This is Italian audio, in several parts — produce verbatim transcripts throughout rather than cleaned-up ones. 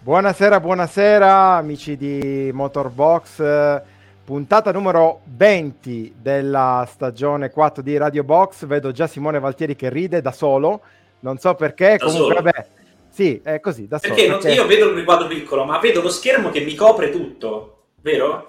Buonasera, buonasera amici di Motorbox, eh, puntata numero venti della stagione quattro di Radio Box. Vedo già Simone Valtieri che ride da solo, non so perché, da comunque solo. vabbè, sì, è così, da Perché, solo. non, Perché... io vedo il riquadro piccolo, ma vedo lo schermo che mi copre tutto, vero?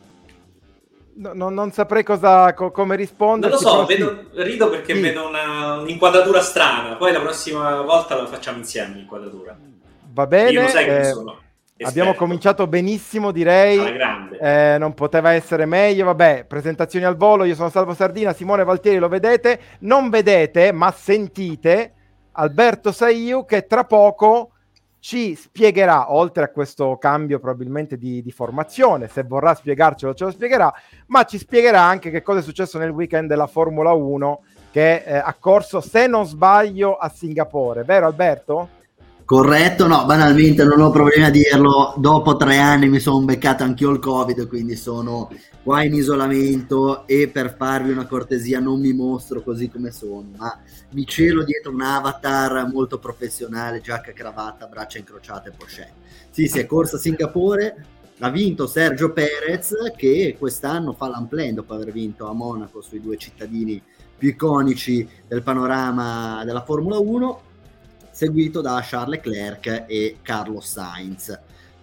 No, no, non saprei cosa, co- come Non lo risponderti, so, però sì, vedo, rido perché sì, vedo una, un'inquadratura strana, poi la prossima volta la facciamo insieme l'inquadratura. va Io lo bene, sai che non eh, sono abbiamo esperto, cominciato benissimo alla direi, grande. eh, non poteva essere meglio, vabbè, presentazioni al volo, io sono Salvo Sardina, Simone Valtieri lo vedete, non vedete ma sentite Alberto Saiu che tra poco ci spiegherà, oltre a questo cambio probabilmente di, di formazione, se vorrà spiegarcelo ce lo spiegherà, ma ci spiegherà anche che cosa è successo nel weekend della Formula uno che eh, ha corso, se non sbaglio, a Singapore, vero Alberto? Corretto, no, banalmente non ho problemi a dirlo, dopo tre anni mi sono beccato anch'io il Covid, quindi sono qua in isolamento e per farvi una cortesia non mi mostro così come sono, ma mi celo dietro un avatar molto professionale, giacca, cravatta, braccia incrociate e pochette. Sì, si è corsa a Singapore, ha vinto Sergio Perez che quest'anno fa l'unplanned dopo aver vinto a Monaco sui due cittadini più iconici del panorama della Formula uno, seguito da Charles Leclerc e Carlos Sainz.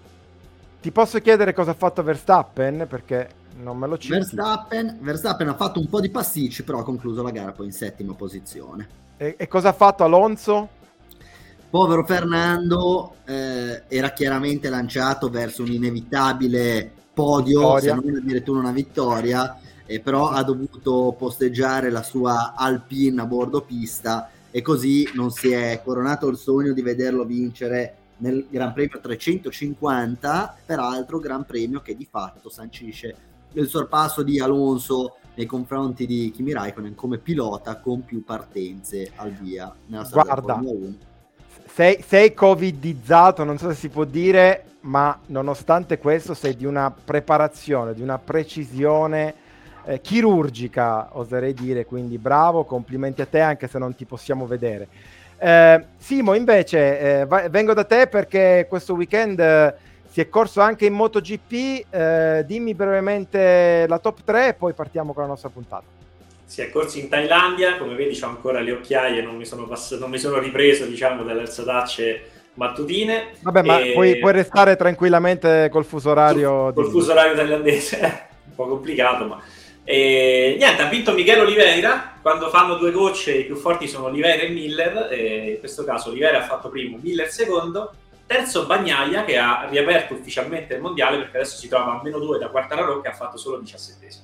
Ti posso chiedere cosa ha fatto Verstappen? Perché non me lo citi. Verstappen, Verstappen ha fatto un po' di pasticci, però ha concluso la gara poi in settima posizione. E, e cosa ha fatto Alonso? Povero Fernando, eh, era chiaramente lanciato verso un inevitabile podio, Vittoria. se non addirittura una vittoria, eh, però ha dovuto posteggiare la sua Alpine a bordo pista e così non si è coronato il sogno di vederlo vincere nel Gran Premio trecentocinquanta, peraltro Gran Premio che di fatto sancisce il sorpasso di Alonso nei confronti di Kimi Raikkonen come pilota con più partenze al via nella storia della Formula uno. Sei, sei covidizzato, non so se si può dire, ma nonostante questo sei di una preparazione, di una precisione eh, chirurgica, oserei dire, quindi bravo, complimenti a te anche se non ti possiamo vedere. Eh, Simo, invece, eh, va- vengo da te perché questo weekend eh, si è corso anche in MotoGP, eh, dimmi brevemente la top tre e poi partiamo con la nostra puntata. Si è corso in Thailandia, come vedi c'ho ancora le occhiaie, non mi sono, pass- non mi sono ripreso diciamo dalle alzatacce mattutine. Vabbè, ma e... puoi, puoi restare tranquillamente col fuso orario. Col fuso orario thailandese, un po' complicato, ma... E niente, ha vinto Miguel Oliveira. Quando fanno due gocce i più forti sono Oliveira e Miller, e in questo caso Oliveira ha fatto primo, Miller secondo, terzo Bagnaia che ha riaperto ufficialmente il mondiale perché adesso si trova a meno due da Quartararo che ha fatto solo diciassettesimo.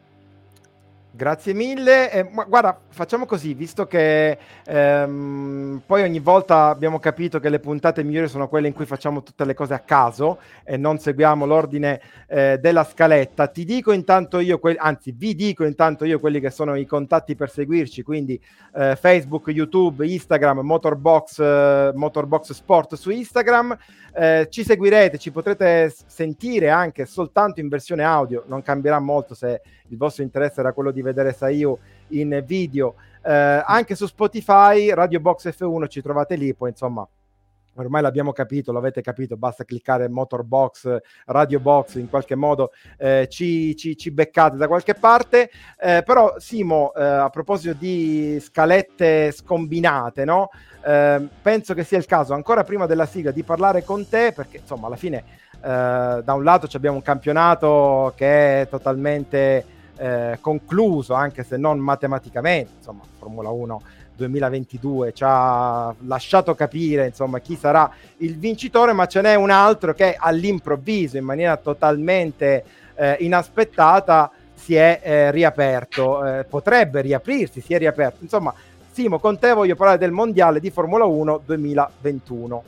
Grazie mille. Eh, ma guarda, facciamo così, visto che ehm, poi ogni volta abbiamo capito che le puntate migliori sono quelle in cui facciamo tutte le cose a caso e non seguiamo l'ordine eh, della scaletta. Ti dico intanto io, que- anzi vi dico intanto io quelli che sono i contatti per seguirci, quindi eh, Facebook, YouTube, Instagram, Motorbox, eh, Motorbox Sport su Instagram. Eh, ci seguirete, ci potrete sentire anche soltanto in versione audio, non cambierà molto se il vostro interesse era quello di vedere Saiu in video, eh, anche su Spotify, Radio Box F uno ci trovate lì, poi insomma ormai l'abbiamo capito, l'avete capito, basta cliccare Motorbox, Radio Box, in qualche modo eh, ci, ci, ci beccate da qualche parte, eh, però Simo, eh, a proposito di scalette scombinate, no? Eh, penso che sia il caso, ancora prima della sigla, di parlare con te, perché insomma alla fine eh, da un lato abbiamo un campionato che è totalmente eh, concluso, anche se non matematicamente, insomma Formula uno duemilaventidue ci ha lasciato capire insomma chi sarà il vincitore, ma ce n'è un altro che all'improvviso, in maniera totalmente eh, inaspettata, si è eh, riaperto, eh, potrebbe riaprirsi, si è riaperto. Insomma, Simo, con te voglio parlare del mondiale di Formula uno duemilaventuno.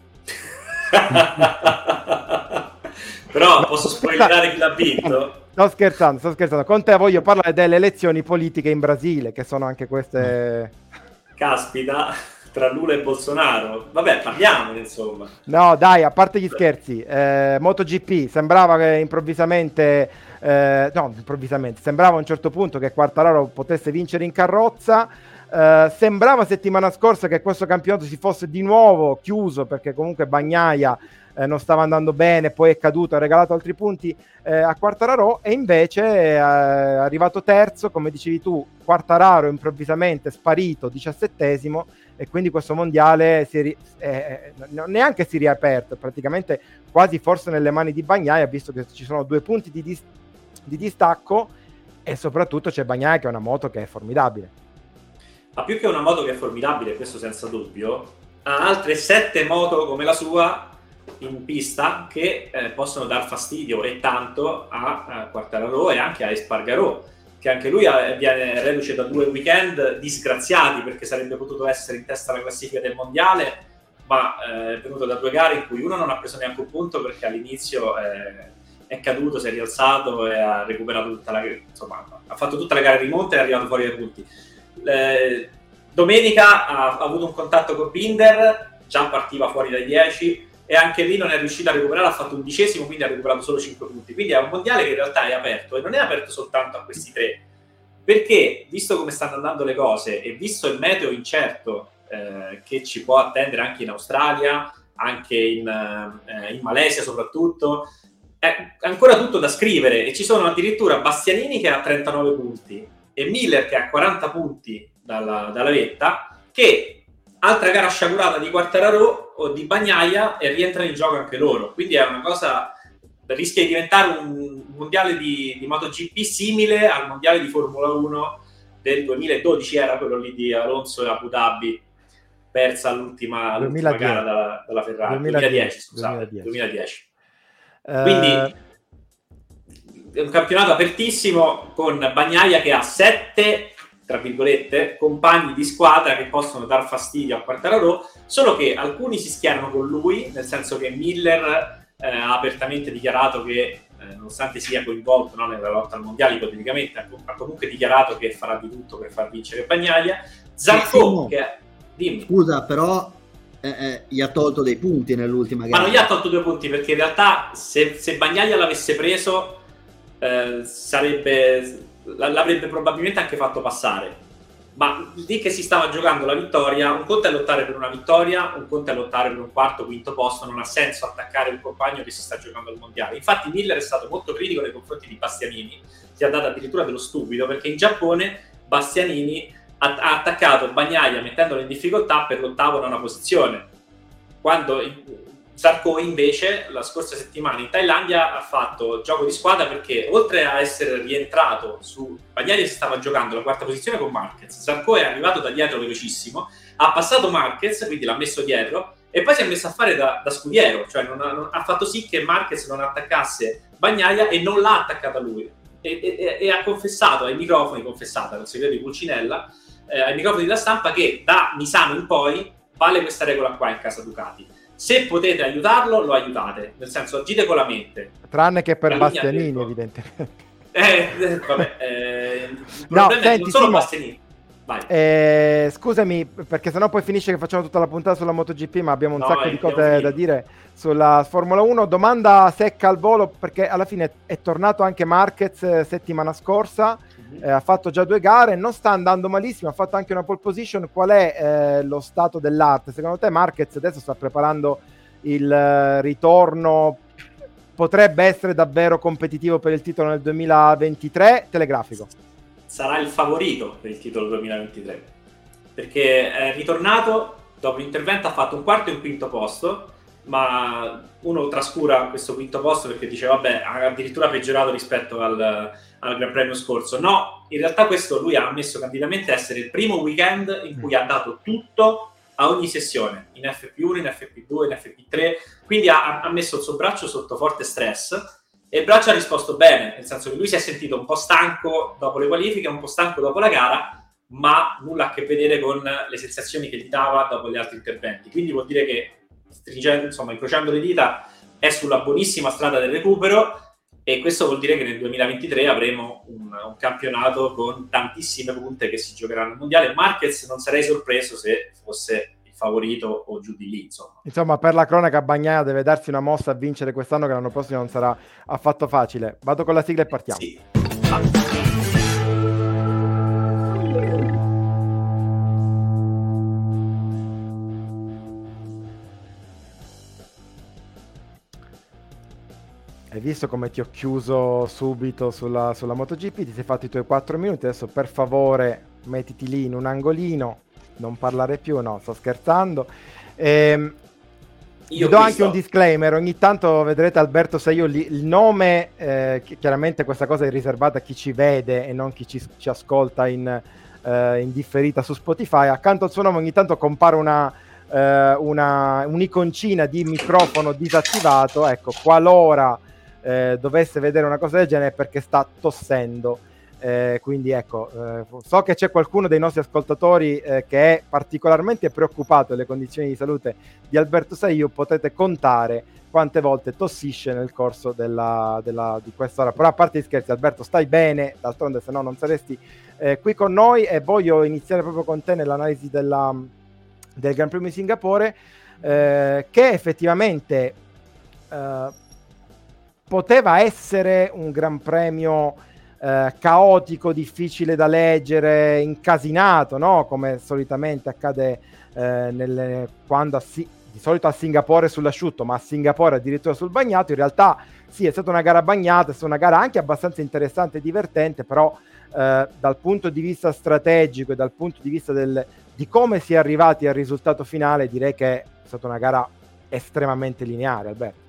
Però posso spoilerare chi l'ha vinto? Sto scherzando, sto scherzando. Con te voglio parlare delle elezioni politiche in Brasile, che sono anche queste... Caspita, tra Lula e Bolsonaro. Vabbè, parliamone, insomma. No, dai, a parte gli scherzi, eh, MotoGP sembrava che improvvisamente, eh, no, improvvisamente, sembrava a un certo punto che Quartararo potesse vincere in carrozza, Uh, sembrava settimana scorsa che questo campionato si fosse di nuovo chiuso perché comunque Bagnaia eh, non stava andando bene, poi è caduto, ha regalato altri punti eh, a Quartararo, e invece è eh, arrivato terzo, come dicevi tu. Quartararo improvvisamente sparito, diciassettesimo, e quindi questo mondiale si ri- eh, neanche si è riaperto, praticamente quasi forse nelle mani di Bagnaia, visto che ci sono due punti di, dis- di distacco, e soprattutto c'è Bagnaia che è una moto che è formidabile. Ma più che una moto che è formidabile, questo senza dubbio, ha altre sette moto come la sua in pista che eh, possono dar fastidio, e tanto a, a Quartararo e anche a Espargaró, che anche lui ha, viene reduce da due weekend disgraziati, perché sarebbe potuto essere in testa alla classifica del mondiale, ma eh, è venuto da due gare in cui uno non ha preso neanche un punto perché all'inizio eh, è caduto, si è rialzato e ha recuperato tutta la, insomma, ha fatto tutta la gara di monte e è arrivato fuori dai punti. Eh, domenica ha, ha avuto un contatto con Binder, già partiva fuori dai dieci, e anche lì non è riuscito a recuperare, ha fatto undicesimo, quindi ha recuperato solo cinque punti. Quindi è un mondiale che in realtà è aperto, e non è aperto soltanto a questi tre, perché visto come stanno andando le cose e visto il meteo incerto eh, che ci può attendere anche in Australia, anche in, eh, in Malesia soprattutto, è ancora tutto da scrivere, e ci sono addirittura Bastianini che ha trentanove punti e Miller che ha quaranta punti dalla, dalla vetta, che altra gara sciagurata di Quartararo o di Bagnaia e rientrano in gioco anche loro. Quindi è una cosa, rischia di diventare un mondiale di, di MotoGP simile al mondiale di Formula uno del duemiladodici, era quello lì di Alonso e Abu Dhabi, persa l'ultima, l'ultima gara dalla, dalla Ferrari. duemiladieci, duemiladieci scusate, duemiladieci. Uh... Quindi è un campionato apertissimo, con Bagnaia che ha sette, tra virgolette, compagni di squadra che possono dar fastidio a Quartararo, solo che alcuni si schierano con lui, nel senso che Miller eh, ha apertamente dichiarato che, eh, nonostante sia coinvolto no, nella lotta al mondiale, ipoteticamente, ha comunque dichiarato che farà di tutto per far vincere Bagnaia. Zarco, che è... Dimmi. Scusa, però eh, eh, gli ha tolto dei punti nell'ultima gara. Ma non gli ha tolto due punti, perché in realtà se, se Bagnaia l'avesse preso eh, sarebbe... l'avrebbe probabilmente anche fatto passare, ma lì che si stava giocando la vittoria, un conto è lottare per una vittoria, un conto è lottare per un quarto, quinto posto. Non ha senso attaccare un compagno che si sta giocando al mondiale. Infatti Miller è stato molto critico nei confronti di Bastianini, ti ha dato addirittura dello stupido, perché in Giappone Bastianini ha, ha attaccato Bagnaia mettendolo in difficoltà per l'ottavo nona posizione, quando Zarco invece la scorsa settimana in Thailandia ha fatto gioco di squadra, perché oltre a essere rientrato su Bagnaia, si stava giocando la quarta posizione con Marquez, Zarco è arrivato da dietro velocissimo, ha passato Marquez, quindi l'ha messo dietro, e poi si è messo a fare da, da scudiero, cioè non ha, non, ha fatto sì che Marquez non attaccasse Bagnaia e non l'ha attaccata lui, e, e, e ha confessato ai microfoni, confessata con il segreto di Pulcinella, eh, ai microfoni della stampa, che da Misano in poi vale questa regola qua in casa Ducati. Se potete aiutarlo, lo aiutate, nel senso, agite con la mente. Tranne che per Bastianini, evidentemente. Eh, eh, vabbè, eh, il no, problema senti, è non solo Simo, Bastianini. Vai. Eh, scusami, perché sennò poi finisce che facciamo tutta la puntata sulla MotoGP, ma abbiamo un no, sacco eh, di cose da dire sulla Formula uno. Domanda secca al volo, perché alla fine è tornato anche Marquez eh, settimana scorsa, mm-hmm. eh, ha fatto già due gare, non sta andando malissimo, ha fatto anche una pole position. Qual è eh, lo stato dell'arte? Secondo te Marquez adesso sta preparando il eh, ritorno? Potrebbe essere davvero competitivo per il titolo nel duemilaventitré? Telegrafico. Sarà il favorito per il titolo duemilaventitré, perché è ritornato dopo l'intervento, ha fatto un quarto e un quinto posto, ma uno trascura questo quinto posto perché dice vabbè, ha addirittura peggiorato rispetto al, al Gran Premio scorso. No, in realtà questo lui ha ammesso candidamente essere il primo weekend in cui ha dato tutto a ogni sessione, in F P uno, in F P due, in F P tre, quindi ha, ha messo il suo braccio sotto forte stress. E il braccio ha risposto bene, nel senso che lui si è sentito un po' stanco dopo le qualifiche, un po' stanco dopo la gara, ma nulla a che vedere con le sensazioni che gli dava dopo gli altri interventi. Quindi vuol dire che, stringendo, insomma, incrociando le dita, è sulla buonissima strada del recupero, e questo vuol dire che nel duemilaventitré avremo un, un campionato con tantissime punte che si giocheranno al mondiale. Marquez non sarei sorpreso se fosse favorito o giù di lì, insomma. Insomma, per la cronaca, Bagnaia deve darsi una mossa a vincere quest'anno, che l'anno prossimo non sarà affatto facile. Vado con la sigla e partiamo. Sì. Hai visto come ti ho chiuso subito sulla, sulla MotoGP? Ti sei fatto i tuoi quattro minuti, adesso per favore mettiti lì in un angolino, non parlare più, no, sto scherzando. Ehm, Io vi do anche sto. un disclaimer, ogni tanto vedrete Alberto Saioli, il nome, eh, chiaramente questa cosa è riservata a chi ci vede e non chi ci, ci ascolta in, eh, in differita su Spotify. Accanto al suo nome ogni tanto compare una, eh, una un'iconcina di microfono disattivato, ecco, qualora eh, dovesse vedere una cosa del genere è perché sta tossendo. Eh, quindi ecco, eh, so che c'è qualcuno dei nostri ascoltatori eh, che è particolarmente preoccupato delle condizioni di salute di Alberto Saiu. Potete contare quante volte tossisce nel corso della, della, di quest'ora. Però a parte gli scherzi, Alberto, stai bene, d'altronde se no non saresti eh, qui con noi, e voglio iniziare proprio con te nell'analisi della, del Gran Premio di Singapore, eh, che effettivamente eh, poteva essere un Gran Premio Eh, caotico, difficile da leggere, incasinato, no? Come solitamente accade eh, nelle, quando a si, di solito a Singapore sull'asciutto, ma a Singapore addirittura sul bagnato. In realtà sì, è stata una gara bagnata, è stata una gara anche abbastanza interessante e divertente, però eh, dal punto di vista strategico e dal punto di vista del, di come si è arrivati al risultato finale, direi che è stata una gara estremamente lineare, Alberto.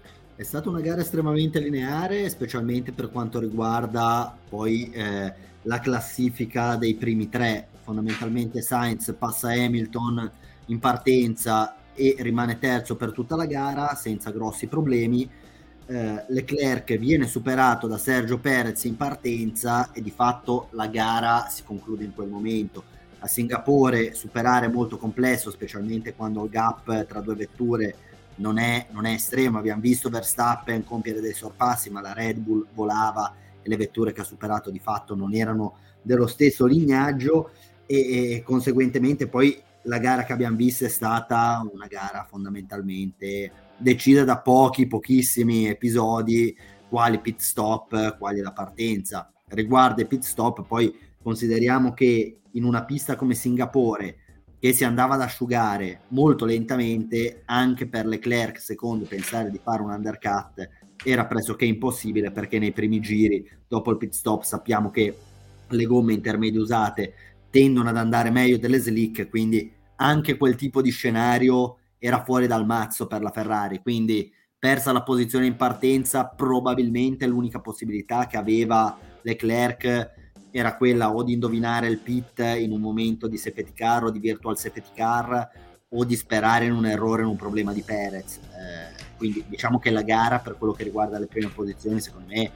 È stata una gara estremamente lineare, specialmente per quanto riguarda poi eh, la classifica dei primi tre. Fondamentalmente Sainz passa Hamilton in partenza e rimane terzo per tutta la gara senza grossi problemi. Eh, Leclerc viene superato da Sergio Perez in partenza e di fatto la gara si conclude in quel momento. A Singapore superare è molto complesso, specialmente quando il gap tra due vetture Non è, non è estremo. Abbiamo visto Verstappen compiere dei sorpassi, ma la Red Bull volava e le vetture che ha superato di fatto non erano dello stesso lignaggio, e, e conseguentemente poi la gara che abbiamo visto è stata una gara fondamentalmente decisa da pochi, pochissimi episodi, quali pit stop, quali la partenza. Riguardo ai pit stop, poi consideriamo che in una pista come Singapore, che si andava ad asciugare molto lentamente, anche per Leclerc secondo pensare di fare un undercut era pressoché impossibile, perché nei primi giri dopo il pit stop sappiamo che le gomme intermedie usate tendono ad andare meglio delle slick, quindi anche quel tipo di scenario era fuori dal mazzo per la Ferrari. Quindi persa la posizione in partenza, probabilmente l'unica possibilità che aveva Leclerc era quella o di indovinare il pit in un momento di safety car o di virtual safety car, o di sperare in un errore, in un problema di Perez. Eh, quindi diciamo che la gara, per quello che riguarda le prime posizioni, secondo me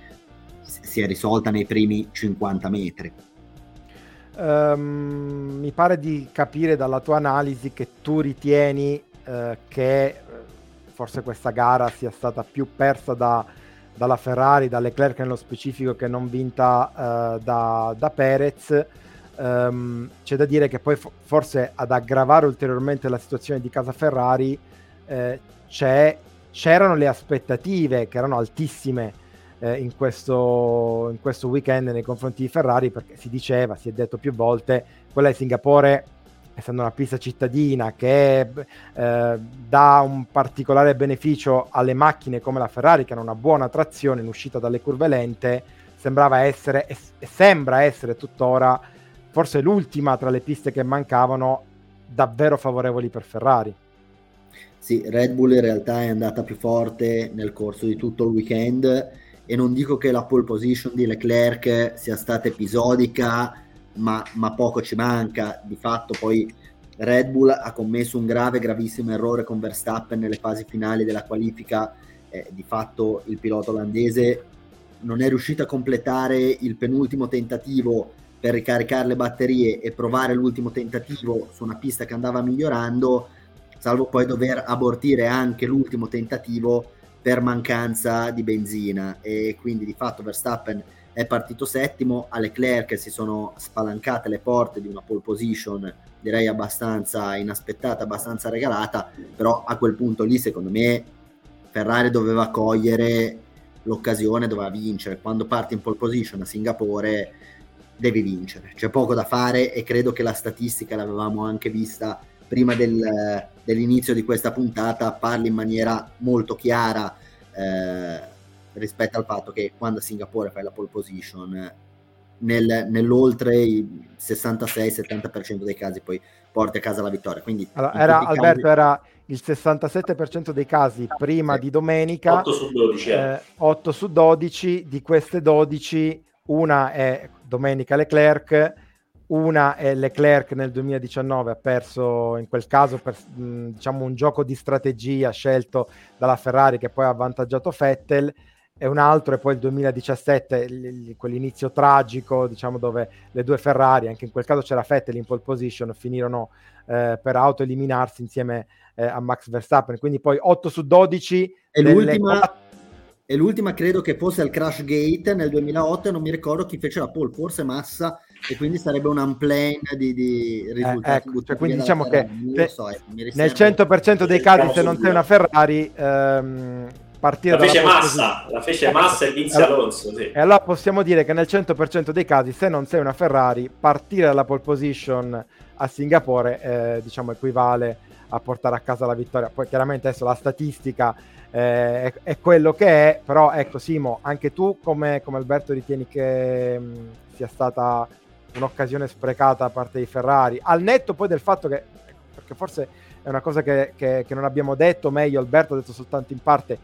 si è risolta nei primi cinquanta metri. Um, mi pare di capire dalla tua analisi che tu ritieni uh, che forse questa gara sia stata più persa da dalla Ferrari, da Leclerc nello specifico, che non vinta uh, da, da Perez. Um, c'è da dire che poi fo- forse ad aggravare ulteriormente la situazione di casa Ferrari eh, c'è, c'erano le aspettative che erano altissime eh, in, questo, in questo weekend nei confronti di Ferrari, perché si diceva, si è detto più volte, quella di Singapore, essendo una pista cittadina che eh, dà un particolare beneficio alle macchine come la Ferrari, che hanno una buona trazione in uscita dalle curve lente, sembrava essere e, e sembra essere tuttora forse l'ultima tra le piste che mancavano davvero favorevoli per Ferrari. Sì, Red Bull in realtà è andata più forte nel corso di tutto il weekend, e non dico che la pole position di Leclerc sia stata episodica, Ma, ma poco ci manca. Di fatto poi Red Bull ha commesso un grave, gravissimo errore con Verstappen nelle fasi finali della qualifica. Eh, di fatto il pilota olandese non è riuscito a completare il penultimo tentativo per ricaricare le batterie e provare l'ultimo tentativo su una pista che andava migliorando, salvo poi dover abortire anche l'ultimo tentativo per mancanza di benzina, e quindi di fatto Verstappen è partito settimo. A Leclerc si sono spalancate le porte di una pole position, direi abbastanza inaspettata, abbastanza regalata, però a quel punto lì secondo me Ferrari doveva cogliere l'occasione, doveva vincere. Quando parti in pole position a Singapore devi vincere, c'è poco da fare, e credo che la statistica, l'avevamo anche vista prima del, dell'inizio di questa puntata, parli in maniera molto chiara. eh, rispetto al fatto che quando a Singapore fai la pole position, nel, nell'oltre il sessantasei settanta per cento dei casi poi porti a casa la vittoria. Quindi allora, era, Alberto casi... era il sessantasette per cento dei casi prima sì. di domenica, otto su dodici, eh. otto su dodici, di queste dodici una è domenica Leclerc, una è Leclerc nel duemiladiciannove, ha perso in quel caso per mh, diciamo un gioco di strategia scelto dalla Ferrari che poi ha avvantaggiato Vettel, e un altro è poi il duemiladiciassette, l- l- quell'inizio tragico, diciamo, dove le due Ferrari, anche in quel caso c'era Vettel in pole position, finirono eh, per autoeliminarsi insieme eh, a Max Verstappen. Quindi poi otto su dodici e delle l'ultima, quattro... e l'ultima credo che fosse il Crash Gate nel duemilaotto, e non mi ricordo chi fece la pole, forse Massa, e quindi sarebbe un unplane di, di risultati. Eh, ecco, cioè, quindi diciamo Ferrari. che So, eh, nel cento per cento dei casi, se non sei una Ferrari, ehm, partire la fece dalla Massa, la fece Massa e vinse allora, Alonso, sì. E allora possiamo dire che nel cento per cento dei casi, se non sei una Ferrari, partire dalla pole position a Singapore eh, diciamo equivale a portare a casa la vittoria. Poi chiaramente adesso la statistica eh, è, è quello che è, però ecco Simo, anche tu come, come Alberto ritieni che mh, sia stata un'occasione sprecata da parte di Ferrari, al netto poi del fatto che, perché forse è una cosa che, che, che non abbiamo detto, meglio Alberto ha detto soltanto in parte,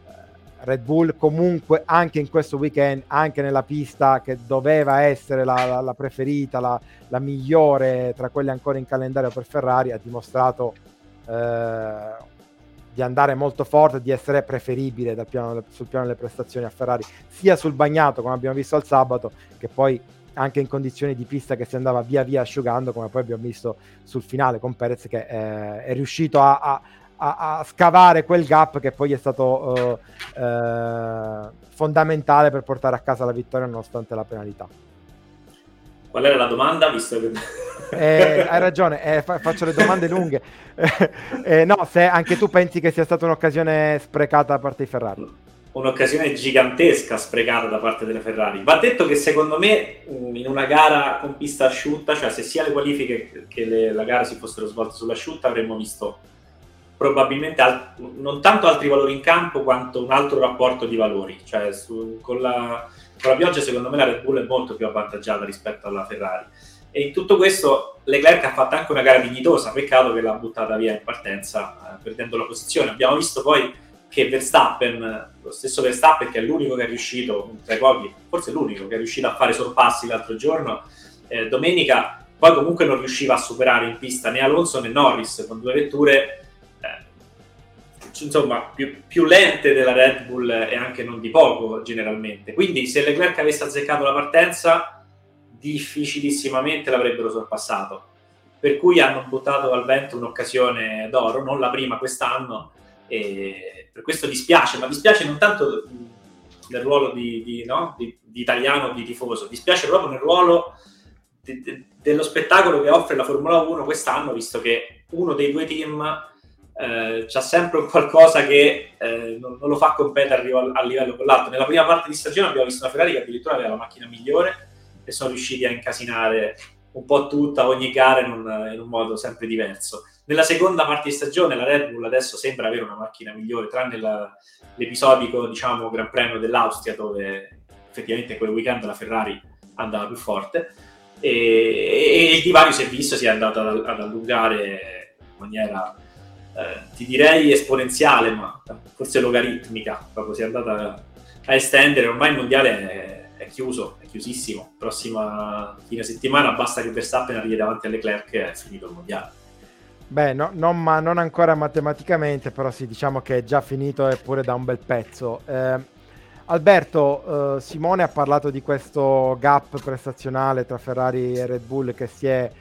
Red Bull comunque anche in questo weekend, anche nella pista che doveva essere la, la, la preferita, la, la migliore tra quelle ancora in calendario per Ferrari, ha dimostrato eh, di andare molto forte, di essere preferibile dal piano, sul piano delle prestazioni a Ferrari, sia sul bagnato come abbiamo visto al sabato, che poi anche in condizioni di pista che si andava via via asciugando, come poi abbiamo visto sul finale con Perez che eh, è riuscito a, a A, a scavare quel gap che poi è stato uh, uh, fondamentale per portare a casa la vittoria nonostante la penalità. Qual era la domanda? Visto che... eh, hai ragione, eh, fa- faccio le domande lunghe. eh, no, se anche tu pensi che sia stata un'occasione sprecata da parte di Ferrari. Un'occasione gigantesca sprecata da parte delle Ferrari. Va detto che secondo me in una gara con pista asciutta, cioè se sia le qualifiche che le, la gara si fossero svolte sull'asciutta, avremmo visto probabilmente al- non tanto altri valori in campo quanto un altro rapporto di valori, cioè su, con, la, con la pioggia secondo me la Red Bull è molto più avvantaggiata rispetto alla Ferrari, e in tutto questo Leclerc ha fatto anche una gara dignitosa, peccato che l'ha buttata via in partenza eh, perdendo la posizione. Abbiamo visto poi che Verstappen, lo stesso Verstappen che è l'unico che è riuscito, tra i pochi, forse l'unico che è riuscito a fare sorpassi l'altro giorno, eh, domenica poi comunque non riusciva a superare in pista né Alonso né Norris, con due vetture insomma più, più lente della Red Bull e anche non di poco generalmente. Quindi se Leclerc avesse azzeccato la partenza difficilissimamente l'avrebbero sorpassato, per cui hanno buttato al vento un'occasione d'oro, non la prima quest'anno, e per questo dispiace, ma dispiace non tanto nel ruolo di, di, no? di, di italiano, di tifoso, dispiace proprio nel ruolo de, de, dello spettacolo che offre la Formula uno quest'anno, visto che uno dei due team Eh, c'ha sempre un qualcosa che eh, non, non lo fa competere a, a livello con l'altro. Nella prima parte di stagione abbiamo visto una Ferrari che addirittura aveva la macchina migliore e sono riusciti a incasinare un po' tutta ogni gara in un, in un modo sempre diverso. Nella seconda parte di stagione la Red Bull adesso sembra avere una macchina migliore, tranne la, l'episodico diciamo Gran Premio dell'Austria, dove effettivamente quel weekend la Ferrari andava più forte, e, e il divario si è visto, si è andato ad, ad allungare in maniera Eh, ti direi esponenziale, ma forse logaritmica, proprio si è andata a, a estendere. Ormai il mondiale è, è chiuso, è chiusissimo. Prossima fine settimana basta che Verstappen arrivi davanti a Leclerc e è finito il mondiale. Beh, no, non, ma non ancora matematicamente, però sì, diciamo che è già finito, eppure da un bel pezzo. Eh, Alberto, eh, Simone ha parlato di questo gap prestazionale tra Ferrari e Red Bull che si è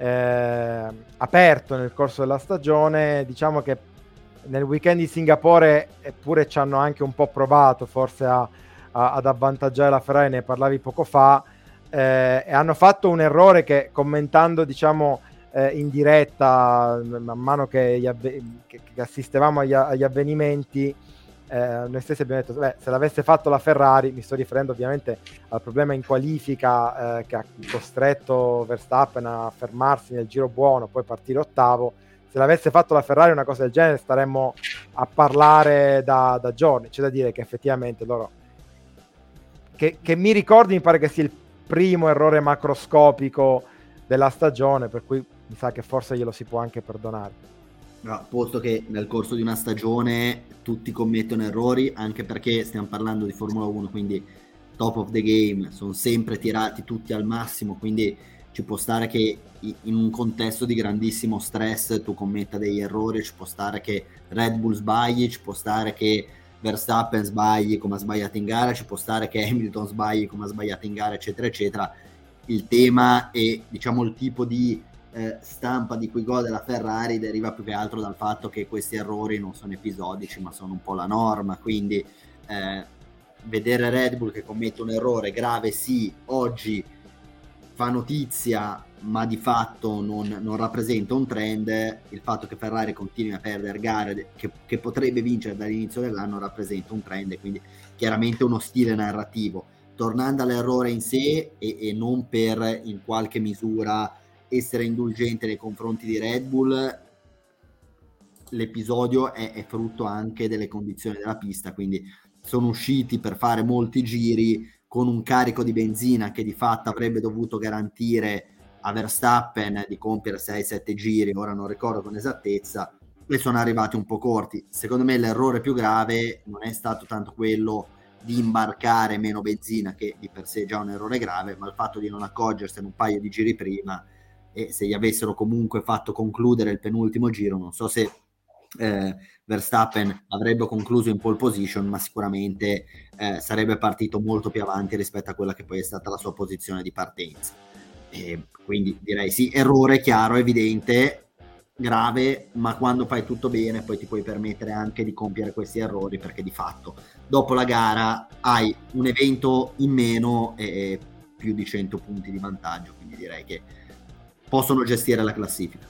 Eh, aperto nel corso della stagione. Diciamo che nel weekend di Singapore eppure ci hanno anche un po' provato forse a, a, ad avvantaggiare la Ferrari, ne parlavi poco fa, eh, e hanno fatto un errore che, commentando diciamo eh, in diretta man mano che, gli avve- che, che assistevamo agli, agli avvenimenti, Eh, noi stessi abbiamo detto, beh, se l'avesse fatto la Ferrari, mi sto riferendo ovviamente al problema in qualifica eh, che ha costretto Verstappen a fermarsi nel giro buono, poi partire ottavo, se l'avesse fatto la Ferrari una cosa del genere staremmo a parlare da, da giorni. C'è da dire che effettivamente loro che, che mi ricordi mi pare che sia il primo errore macroscopico della stagione, per cui mi sa che forse glielo si può anche perdonare. No, posto che nel corso di una stagione tutti commettono errori, anche perché stiamo parlando di Formula uno, quindi top of the game, sono sempre tirati tutti al massimo, quindi ci può stare che in un contesto di grandissimo stress tu commetta degli errori, ci può stare che Red Bull sbagli, ci può stare che Verstappen sbagli come ha sbagliato in gara, ci può stare che Hamilton sbagli come ha sbagliato in gara, eccetera eccetera. Il tema e diciamo il tipo di eh, stampa di cui gode la Ferrari deriva più che altro dal fatto che questi errori non sono episodici ma sono un po' la norma, quindi eh, vedere Red Bull che commette un errore grave sì, oggi fa notizia ma di fatto non, non rappresenta un trend. Il fatto che Ferrari continui a perdere gare che, che potrebbe vincere dall'inizio dell'anno rappresenta un trend, quindi chiaramente uno stile narrativo. Tornando all'errore in sé e, e non per in qualche misura essere indulgente nei confronti di Red Bull, l'episodio è, è frutto anche delle condizioni della pista, quindi sono usciti per fare molti giri con un carico di benzina che di fatto avrebbe dovuto garantire a Verstappen di compiere sei sette giri, ora non ricordo con esattezza, e sono arrivati un po' corti. Secondo me l'errore più grave non è stato tanto quello di imbarcare meno benzina, che di per sé è già un errore grave, ma il fatto di non accorgersene un paio di giri prima, e se gli avessero comunque fatto concludere il penultimo giro, non so se eh, Verstappen avrebbe concluso in pole position, ma sicuramente eh, sarebbe partito molto più avanti rispetto a quella che poi è stata la sua posizione di partenza. E quindi direi sì, errore chiaro, evidente, grave, ma quando fai tutto bene poi ti puoi permettere anche di compiere questi errori, perché di fatto dopo la gara hai un evento in meno e più di cento punti di vantaggio, quindi direi che possono gestire la classifica.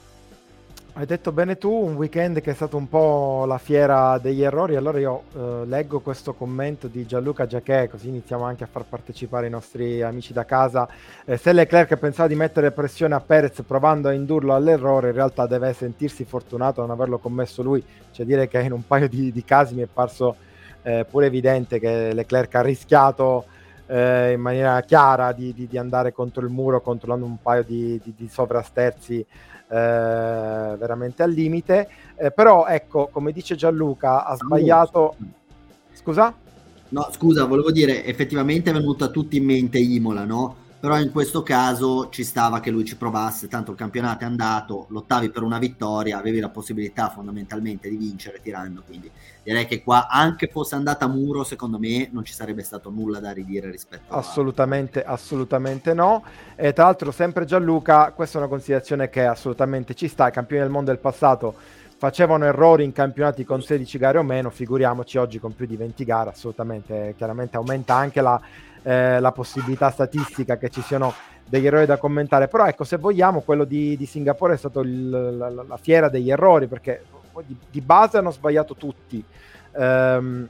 Hai detto bene tu, un weekend che è stato un po' la fiera degli errori. Allora io eh, leggo questo commento di Gianluca Giacchè, così iniziamo anche a far partecipare i nostri amici da casa. Eh, se Leclerc pensava di mettere pressione a Perez provando a indurlo all'errore, in realtà deve sentirsi fortunato a non averlo commesso lui. Cioè dire che in un paio di, di casi mi è parso eh, pure evidente che Leclerc ha rischiato eh, in maniera chiara di, di, di andare contro il muro, controllando un paio di, di, di sovrasterzi Eh, veramente al limite, eh, però ecco, come dice Gianluca, ha sbagliato. Scusa? No, scusa, volevo dire, effettivamente è venuta a tutti in mente Imola, no? Però in questo caso ci stava che lui ci provasse, tanto il campionato è andato, lottavi per una vittoria, avevi la possibilità fondamentalmente di vincere tirando, quindi direi che qua anche fosse andata a muro, secondo me non ci sarebbe stato nulla da ridire rispetto assolutamente, a... assolutamente no. E tra l'altro sempre Gianluca, questa è una considerazione che assolutamente ci sta, i campioni del mondo del passato facevano errori in campionati con sedici gare o meno, figuriamoci oggi con più di venti gare, assolutamente, chiaramente aumenta anche la, eh, la possibilità statistica che ci siano degli errori da commentare, però ecco, se vogliamo, quello di, di Singapore è stato il, la, la fiera degli errori, perché di, di base hanno sbagliato tutti. Um,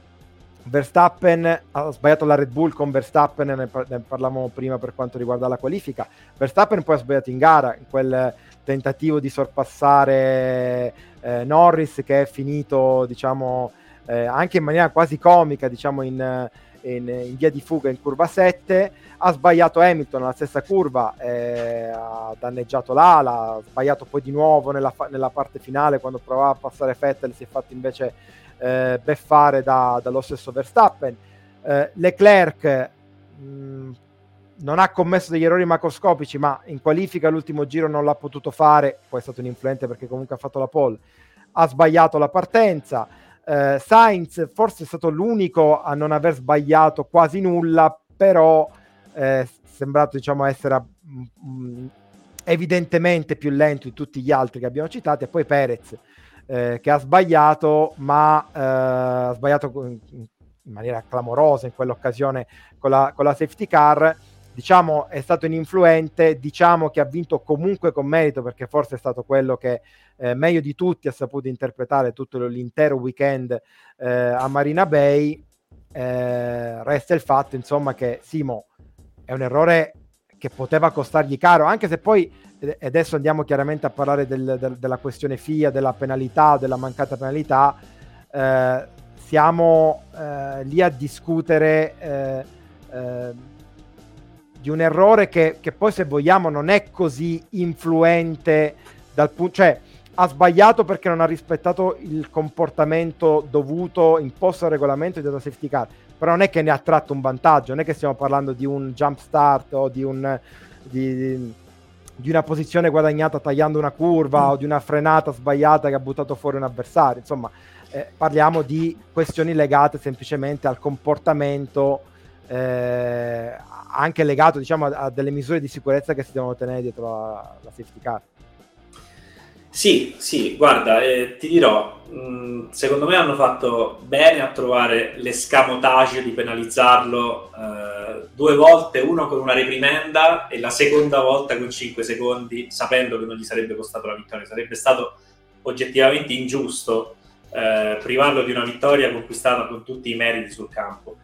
Verstappen ha sbagliato la Red Bull con Verstappen, ne, par- ne parlavamo prima per quanto riguarda la qualifica. Verstappen poi ha sbagliato in gara, in quel tentativo di sorpassare eh, Norris, che è finito, diciamo, eh, anche in maniera quasi comica, diciamo, in, in, in via di fuga in curva sette. Ha sbagliato Hamilton nella stessa curva, eh, ha danneggiato l'ala, ha sbagliato poi di nuovo nella, fa- nella parte finale quando provava a passare Vettel, si è fatto invece eh, beffare da, dallo stesso Verstappen. eh, Leclerc mh, non ha commesso degli errori macroscopici, ma in qualifica l'ultimo giro non l'ha potuto fare, poi è stato un influente perché comunque ha fatto la pole, ha sbagliato la partenza. eh, Sainz forse è stato l'unico a non aver sbagliato quasi nulla, però è eh, sembrato, diciamo, essere mh, evidentemente più lento di tutti gli altri che abbiamo citato. E poi Perez eh, che ha sbagliato, ma eh, ha sbagliato in maniera clamorosa in quell'occasione con la, con la safety car. Diciamo è stato un influente, diciamo che ha vinto comunque con merito, perché forse è stato quello che eh, meglio di tutti ha saputo interpretare tutto l'intero weekend eh, a Marina Bay. Eh, resta il fatto, insomma, che Simo è un errore che poteva costargli caro, anche se poi, e adesso andiamo chiaramente a parlare del, del, della questione F I A, della penalità, della mancata penalità, eh, siamo eh, lì a discutere eh, eh, di un errore che, che poi, se vogliamo, non è così influente dal punto, cioè ha sbagliato perché non ha rispettato il comportamento dovuto imposto al regolamento di data safety car, però non è che ne ha tratto un vantaggio, non è che stiamo parlando di un jump start o di un di, di una posizione guadagnata tagliando una curva mm. o di una frenata sbagliata che ha buttato fuori un avversario. Insomma, eh, parliamo di questioni legate semplicemente al comportamento, eh, anche legato, diciamo, a, a delle misure di sicurezza che si devono tenere dietro la, la safety car. Sì, sì, guarda, eh, ti dirò, mh, secondo me hanno fatto bene a trovare l'escamotage di penalizzarlo eh, due volte, uno con una reprimenda e la seconda volta con cinque secondi, sapendo che non gli sarebbe costato la vittoria. Sarebbe stato oggettivamente ingiusto eh, privarlo di una vittoria conquistata con tutti i meriti sul campo.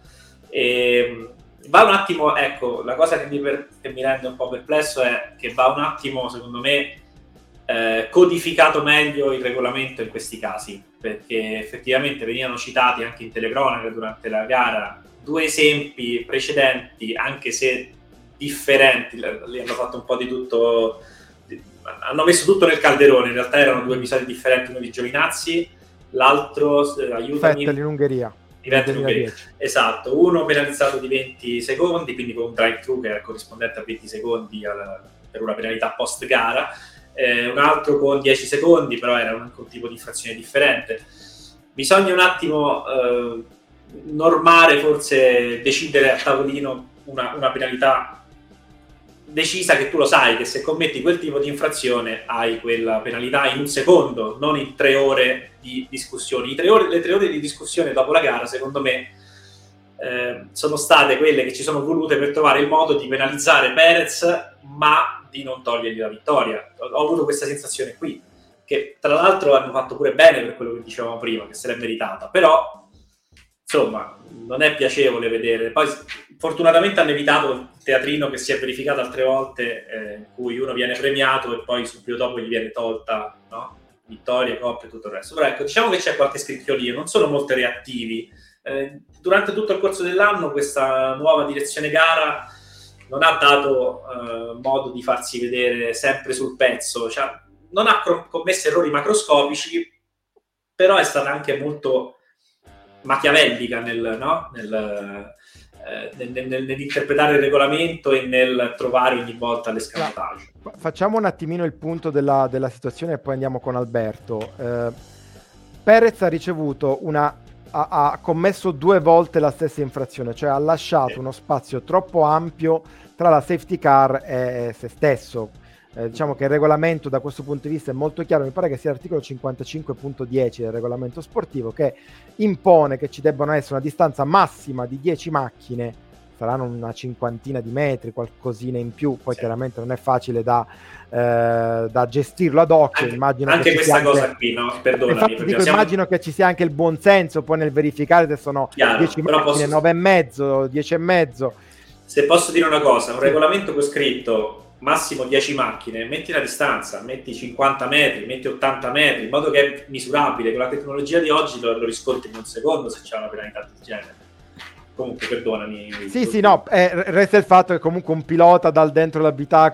E, va un attimo, ecco, la cosa che mi, per, che mi rende un po' perplesso è che va un attimo, secondo me, Eh, codificato meglio il regolamento in questi casi, perché effettivamente venivano citati anche in telecronaca durante la gara due esempi precedenti, anche se differenti, li hanno fatto un po' di tutto, hanno messo tutto nel calderone, in realtà erano due episodi differenti, uno di Giovinazzi, l'altro, eh, aiutami, Vettel in Ungheria, Vettel in Ungheria. Esatto, uno penalizzato di venti secondi, quindi con un drive-thru che era corrispondente a venti secondi al, per una penalità post gara. Eh, un altro con dieci secondi, però era un, un tipo di infrazione differente. Bisogna un attimo eh, normare, forse decidere a tavolino una, una penalità decisa, che tu lo sai che se commetti quel tipo di infrazione hai quella penalità in un secondo, non in tre ore di discussioni. I tre ore, le tre ore di discussione dopo la gara, secondo me, eh, sono state quelle che ci sono volute per trovare il modo di penalizzare Perez, ma di non togliergli la vittoria. Ho avuto questa sensazione qui, che tra l'altro hanno fatto pure bene per quello che dicevamo prima, che se l'è meritata, però insomma non è piacevole vedere. Poi fortunatamente hanno evitato il teatrino che si è verificato altre volte, eh, in cui uno viene premiato e poi subito dopo gli viene tolta, no? Vittoria, coppe e tutto il resto. Però ecco, diciamo che c'è qualche scricchiolio, non sono molto reattivi. Eh, durante tutto il corso dell'anno questa nuova direzione gara non ha dato eh, modo di farsi vedere sempre sul pezzo, cioè, non ha commesso errori macroscopici, però è stata anche molto machiavellica nel, no? nel, eh, nel, nel, nell'interpretare il regolamento e nel trovare ogni volta l'escamotage. Facciamo un attimino il punto della, della situazione e poi andiamo con Alberto. Eh, Perez ha ricevuto una Ha, ha commesso due volte la stessa infrazione, cioè ha lasciato sì. uno spazio troppo ampio tra la safety car e se stesso. Eh, diciamo che il regolamento da questo punto di vista è molto chiaro, mi pare che sia l'articolo cinquantacinque punto dieci del regolamento sportivo, che impone che ci debbano essere una distanza massima di dieci macchine, saranno una cinquantina di metri, qualcosina in più, poi sì. chiaramente non è facile da, eh, da gestirlo ad occhio. Anche, immagino anche che questa anche... cosa qui, no? Perdonami. Infatti dico, siamo... immagino che ci sia anche il buon senso poi nel verificare se sono Chiaro, dieci macchine, posso... nove e mezzo, dieci e mezzo. Se posso dire una cosa, un regolamento con scritto massimo dieci macchine, metti la distanza, metti cinquanta metri, metti ottanta metri, in modo che è misurabile. Con la tecnologia di oggi lo, lo riscontri in un secondo se c'è una penalità del genere. Comunque perdonami. Sì, sì, no, eh, resta il fatto che comunque un pilota dal dentro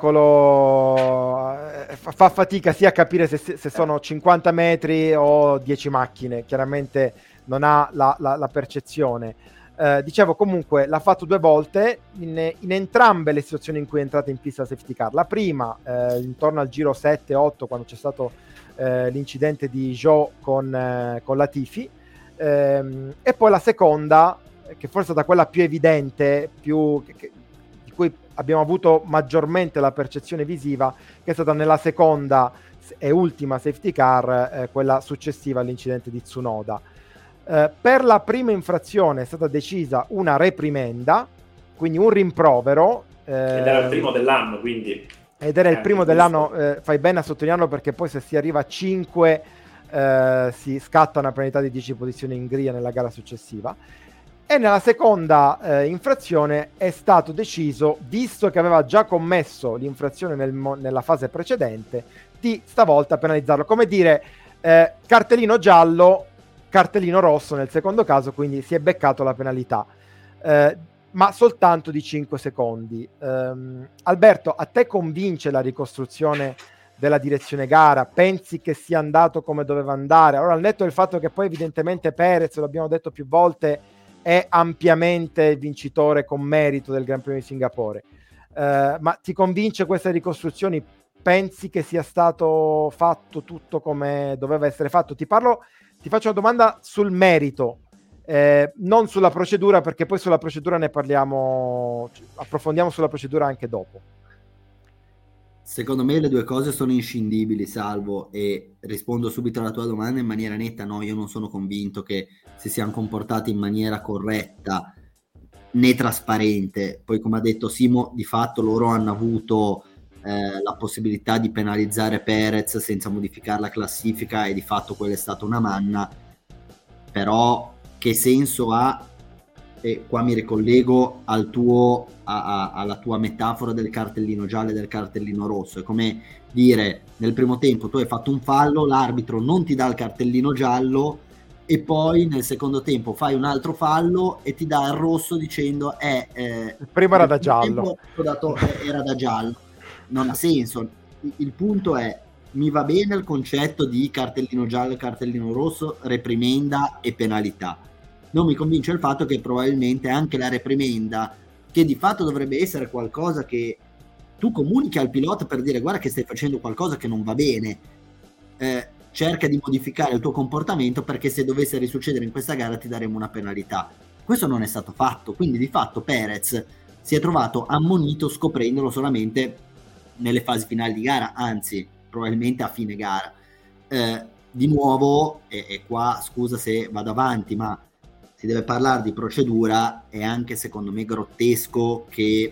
l'abitacolo eh, fa, fa fatica sia a capire se, se sono cinquanta metri o dieci macchine, chiaramente non ha la, la, la percezione. Eh, dicevo, comunque l'ha fatto due volte in, in entrambe le situazioni in cui è entrata in pista la safety car. La prima eh, intorno al giro sette otto, quando c'è stato eh, l'incidente di Zhou con, eh, con Latifi, ehm, e poi la seconda, che forse è stata quella più evidente, più che, che, di cui abbiamo avuto maggiormente la percezione visiva, che è stata nella seconda e ultima safety car, eh, quella successiva all'incidente di Tsunoda. Eh, per la prima infrazione è stata decisa una reprimenda, quindi un rimprovero. Eh, ed era il primo dell'anno, quindi. Ed era il primo dell'anno, eh, fai bene a sottolinearlo, perché poi se si arriva a cinque eh, si scatta una penalità di dieci posizioni in griglia nella gara successiva. E nella seconda eh, infrazione è stato deciso, visto che aveva già commesso l'infrazione nel mo- nella fase precedente, di stavolta penalizzarlo. Come dire, eh, cartellino giallo, cartellino rosso nel secondo caso, quindi si è beccato la penalità. Eh, ma soltanto di cinque secondi. Um, Alberto, a te convince la ricostruzione della direzione gara? Pensi che sia andato come doveva andare? Allora, al netto del fatto che poi evidentemente Perez, lo abbiamo detto più volte, è ampiamente vincitore con merito del Gran Premio di Singapore, uh, ma ti convince queste ricostruzioni? Pensi che sia stato fatto tutto come doveva essere fatto? Ti parlo, ti faccio una domanda sul merito, Eh, non sulla procedura, perché poi sulla procedura ne parliamo, approfondiamo sulla procedura anche dopo. Secondo me le due cose sono inscindibili, Salvo, e rispondo subito alla tua domanda in maniera netta. No, io non sono convinto che si siano comportati in maniera corretta né trasparente. Poi, come ha detto Simo, di fatto loro hanno avuto eh, la possibilità di penalizzare Perez senza modificare la classifica, e di fatto quella è stata una manna. Però che senso ha, e qua mi ricollego al tuo, a, a, alla tua metafora del cartellino giallo e del cartellino rosso. È come dire, nel primo tempo tu hai fatto un fallo, l'arbitro non ti dà il cartellino giallo, e poi nel secondo tempo fai un altro fallo e ti dà il rosso dicendo eh, eh, il primo era da giallo, dato, eh, era da giallo. Non ha senso. Il, il punto è, mi va bene il concetto di cartellino giallo e cartellino rosso, reprimenda e penalità. Non mi convince il fatto che probabilmente anche la reprimenda, che di fatto dovrebbe essere qualcosa che tu comunichi al pilota per dire guarda che stai facendo qualcosa che non va bene, eh, cerca di modificare il tuo comportamento, perché se dovesse risuccedere in questa gara ti daremo una penalità. Questo non è stato fatto, quindi di fatto Perez si è trovato ammonito scoprendolo solamente nelle fasi finali di gara, anzi probabilmente a fine gara. Eh, di nuovo, e, e qua scusa se vado avanti, ma si deve parlare di procedura. È anche secondo me grottesco che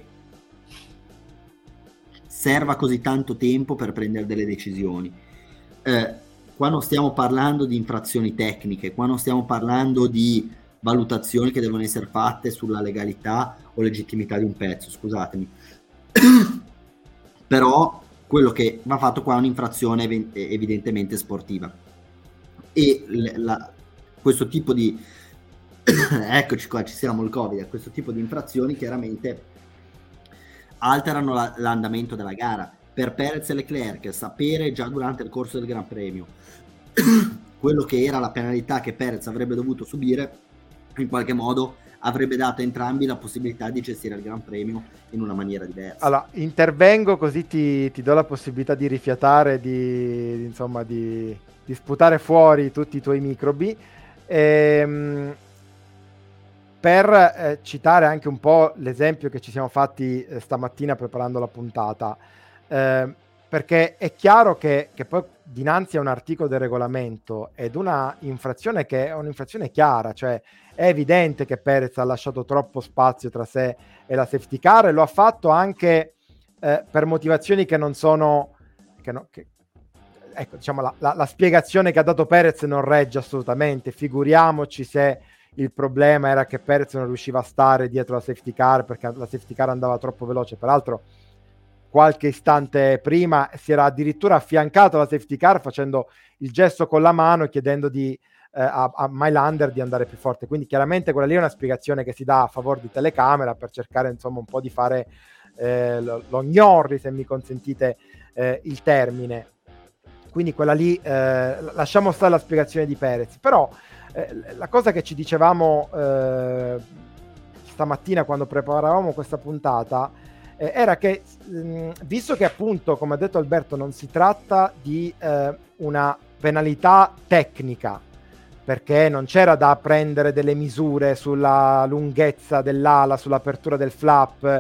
serva così tanto tempo per prendere delle decisioni. Eh, qua non stiamo parlando di infrazioni tecniche, qua non stiamo parlando di valutazioni che devono essere fatte sulla legalità o legittimità di un pezzo, scusatemi. Però quello che va fatto qua è un'infrazione ev- evidentemente sportiva, e la, questo tipo di eccoci qua, ci siamo, il Covid, questo tipo di infrazioni chiaramente alterano la, l'andamento della gara. Per Perez e Leclerc sapere già durante il corso del Gran Premio quello che era la penalità che Perez avrebbe dovuto subire, in qualche modo avrebbe dato a entrambi la possibilità di gestire il Gran Premio in una maniera diversa. Allora, intervengo così ti, ti do la possibilità di rifiatare, di, di insomma di, di sputare fuori tutti i tuoi microbi. Ehm, per eh, citare anche un po' l'esempio che ci siamo fatti eh, stamattina preparando la puntata, eh, perché è chiaro che, che poi dinanzi a un articolo del regolamento ed una infrazione che è un'infrazione chiara, cioè è evidente che Perez ha lasciato troppo spazio tra sé e la safety car, e lo ha fatto anche eh, per motivazioni che non sono che no, che, ecco, diciamo la, la, la spiegazione che ha dato Perez non regge assolutamente. Figuriamoci se il problema era che Perez non riusciva a stare dietro la safety car perché la safety car andava troppo veloce. Peraltro qualche istante prima si era addirittura affiancato alla safety car facendo il gesto con la mano, chiedendo di, eh, a, a Mylander di andare più forte. Quindi chiaramente quella lì è una spiegazione che si dà a favore di telecamera per cercare insomma un po' di fare eh, lo, lo gnorri, se mi consentite eh, il termine. Quindi quella lì eh, lasciamo stare la spiegazione di Perez. Però eh, la cosa che ci dicevamo eh, stamattina quando preparavamo questa puntata eh, era che mh, visto che appunto, come ha detto Alberto, non si tratta di eh, una penalità tecnica, perché non c'era da prendere delle misure sulla lunghezza dell'ala, sull'apertura del flap.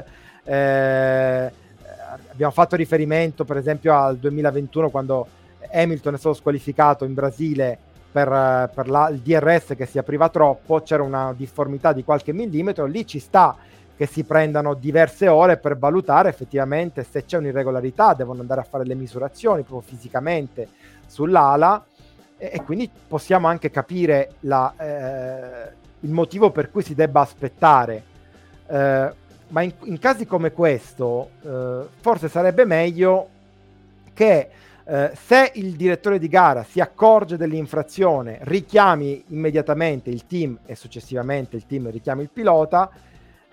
Eh, abbiamo fatto riferimento per esempio al duemilaventuno, quando Hamilton è stato squalificato in Brasile per, per la, il D R S che si apriva troppo, c'era una difformità di qualche millimetro. Lì ci sta che si prendano diverse ore per valutare effettivamente se c'è un'irregolarità, devono andare a fare le misurazioni proprio fisicamente sull'ala, e, e quindi possiamo anche capire la, eh, il motivo per cui si debba aspettare. Eh, ma in, in casi come questo eh, forse sarebbe meglio che Uh, se il direttore di gara si accorge dell'infrazione, richiami immediatamente il team, e successivamente il team richiami il pilota,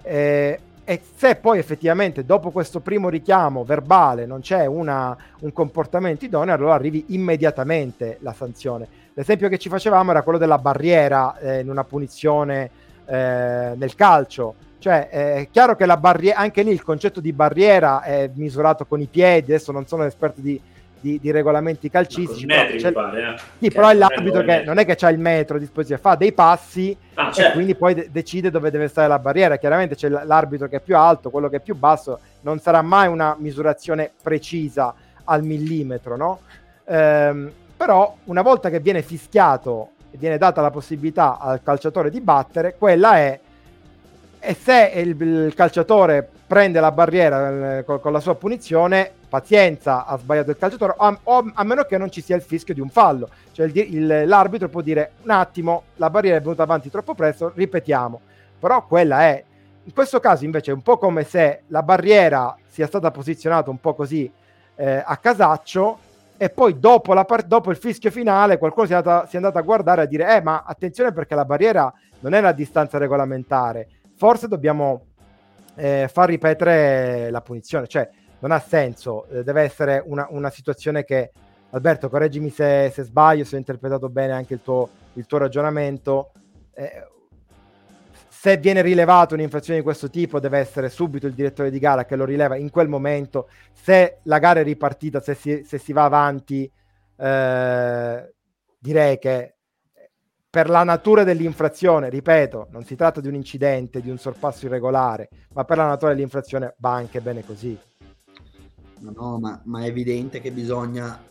Eh, e se poi effettivamente dopo questo primo richiamo verbale non c'è una, un comportamento idoneo, allora arrivi immediatamente la sanzione. L'esempio che ci facevamo era quello della barriera eh, in una punizione eh, nel calcio. Cioè è chiaro che la barriera, anche lì il concetto di barriera è misurato con i piedi, adesso non sono esperto di, di, di regolamenti calcistici, no, metri, però, pare, eh. sì, però è l'arbitro che non è che c'ha il metro a disposizione, fa dei passi ah, certo. e quindi poi de- decide dove deve stare la barriera. Chiaramente c'è l'arbitro che è più alto, quello che è più basso, non sarà mai una misurazione precisa al millimetro, no? Ehm, però una volta che viene fischiato e viene data la possibilità al calciatore di battere, quella è. E se il, il calciatore prende la barriera eh, con, con la sua punizione, pazienza, ha sbagliato il calciatore, o a, o a meno che non ci sia il fischio di un fallo. Cioè il, il, l'arbitro può dire un attimo, la barriera è venuta avanti troppo presto, ripetiamo. Però quella è, in questo caso invece è un po' come se la barriera sia stata posizionata un po' così eh, a casaccio, e poi dopo, la part- dopo il fischio finale qualcuno si è, andata, si è andato a guardare e a dire eh ma attenzione perché la barriera non è la distanza regolamentare, forse dobbiamo eh, far ripetere la punizione. Cioè non ha senso, eh, deve essere una, una situazione che, Alberto, correggimi se, se sbaglio, se ho interpretato bene anche il tuo, il tuo ragionamento, eh, se viene rilevato un'infrazione di questo tipo deve essere subito il direttore di gara che lo rileva in quel momento. Se la gara è ripartita, se si, se si va avanti, eh, direi che per la natura dell'infrazione, ripeto, non si tratta di un incidente, di un sorpasso irregolare, ma per la natura dell'infrazione va anche bene così. No, no, ma, ma è evidente che bisogna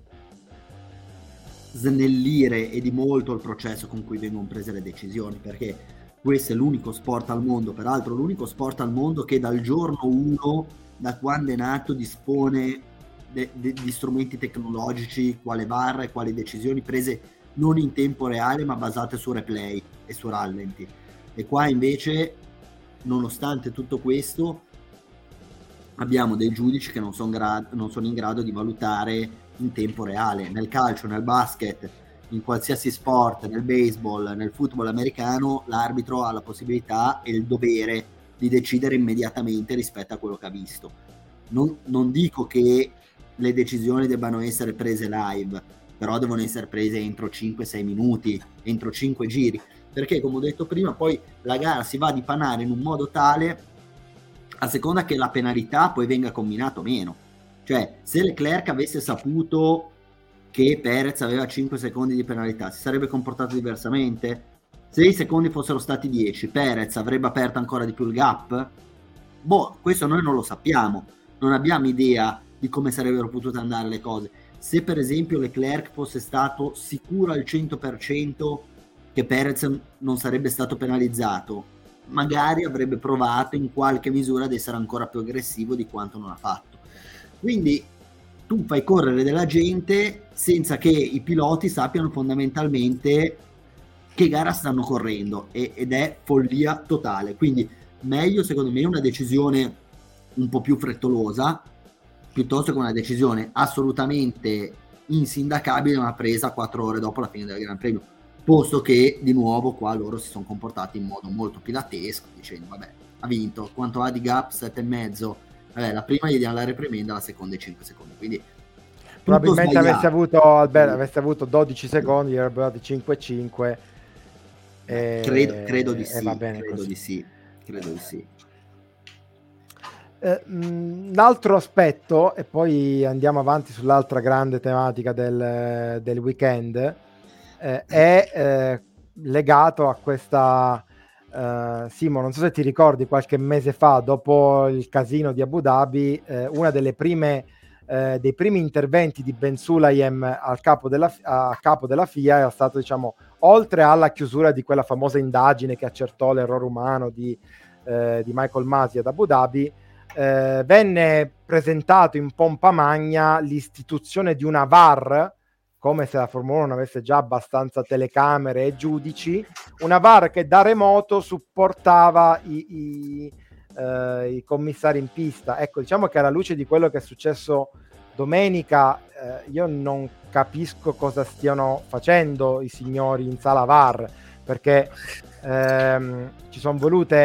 snellire e di molto il processo con cui vengono prese le decisioni, perché questo è l'unico sport al mondo, peraltro l'unico sport al mondo che dal giorno uno, da quando è nato, dispone de, de, di strumenti tecnologici quale V A R e quali decisioni prese non in tempo reale ma basate su replay e su rallenti. E qua invece, nonostante tutto questo, abbiamo dei giudici che non sono, gra- non sono in grado di valutare in tempo reale. Nel calcio, nel basket, in qualsiasi sport, nel baseball, nel football americano, l'arbitro ha la possibilità e il dovere di decidere immediatamente rispetto a quello che ha visto. Non, non dico che le decisioni debbano essere prese live, però devono essere prese entro cinque sei minuti, entro cinque giri, perché come ho detto prima poi la gara si va a dipanare in un modo tale a seconda che la penalità poi venga combinata o meno. Cioè se Leclerc avesse saputo che Perez aveva cinque secondi di penalità, si sarebbe comportato diversamente? Se i secondi fossero stati dieci, Perez avrebbe aperto ancora di più il gap? Boh, questo noi non lo sappiamo, non abbiamo idea di come sarebbero potute andare le cose. Se per esempio Leclerc fosse stato sicuro al cento per cento che Perez non sarebbe stato penalizzato, magari avrebbe provato in qualche misura ad essere ancora più aggressivo di quanto non ha fatto. Quindi tu fai correre della gente senza che i piloti sappiano fondamentalmente che gara stanno correndo, e, ed è follia totale. Quindi meglio secondo me una decisione un po' più frettolosa piuttosto che una decisione assolutamente insindacabile ma presa quattro ore dopo la fine del Gran Premio, posto che di nuovo qua loro si sono comportati in modo molto pilatesco dicendo vabbè, ha vinto, quanto ha di gap? Sette e mezzo, vabbè, la prima gli diamo la reprimenda, la seconda i cinque secondi, quindi probabilmente avesse avuto, Alberto, avesse avuto dodici secondi, gli avrebbero dati cinque e cinque. E... credo, credo di sì, va bene credo così. di sì, credo di sì. Eh, un altro aspetto, e poi andiamo avanti sull'altra grande tematica del, del weekend, eh, è eh, legato a questa eh, Simo, non so se ti ricordi, qualche mese fa, dopo il casino di Abu Dhabi, eh, una delle prime eh, dei primi interventi di Ben Sulayem al capo della, a capo della F I A è stato, diciamo, oltre alla chiusura di quella famosa indagine che accertò l'errore umano di, eh, di Michael Masi ad Abu Dhabi, Eh, venne presentato in pompa magna l'istituzione di una V A R, come se la Formula uno non avesse già abbastanza telecamere e giudici, una V A R che da remoto supportava i, i, eh, i commissari in pista. Ecco, diciamo che alla luce di quello che è successo domenica, eh, io non capisco cosa stiano facendo i signori in sala V A R, perché ehm, ci sono volute eh,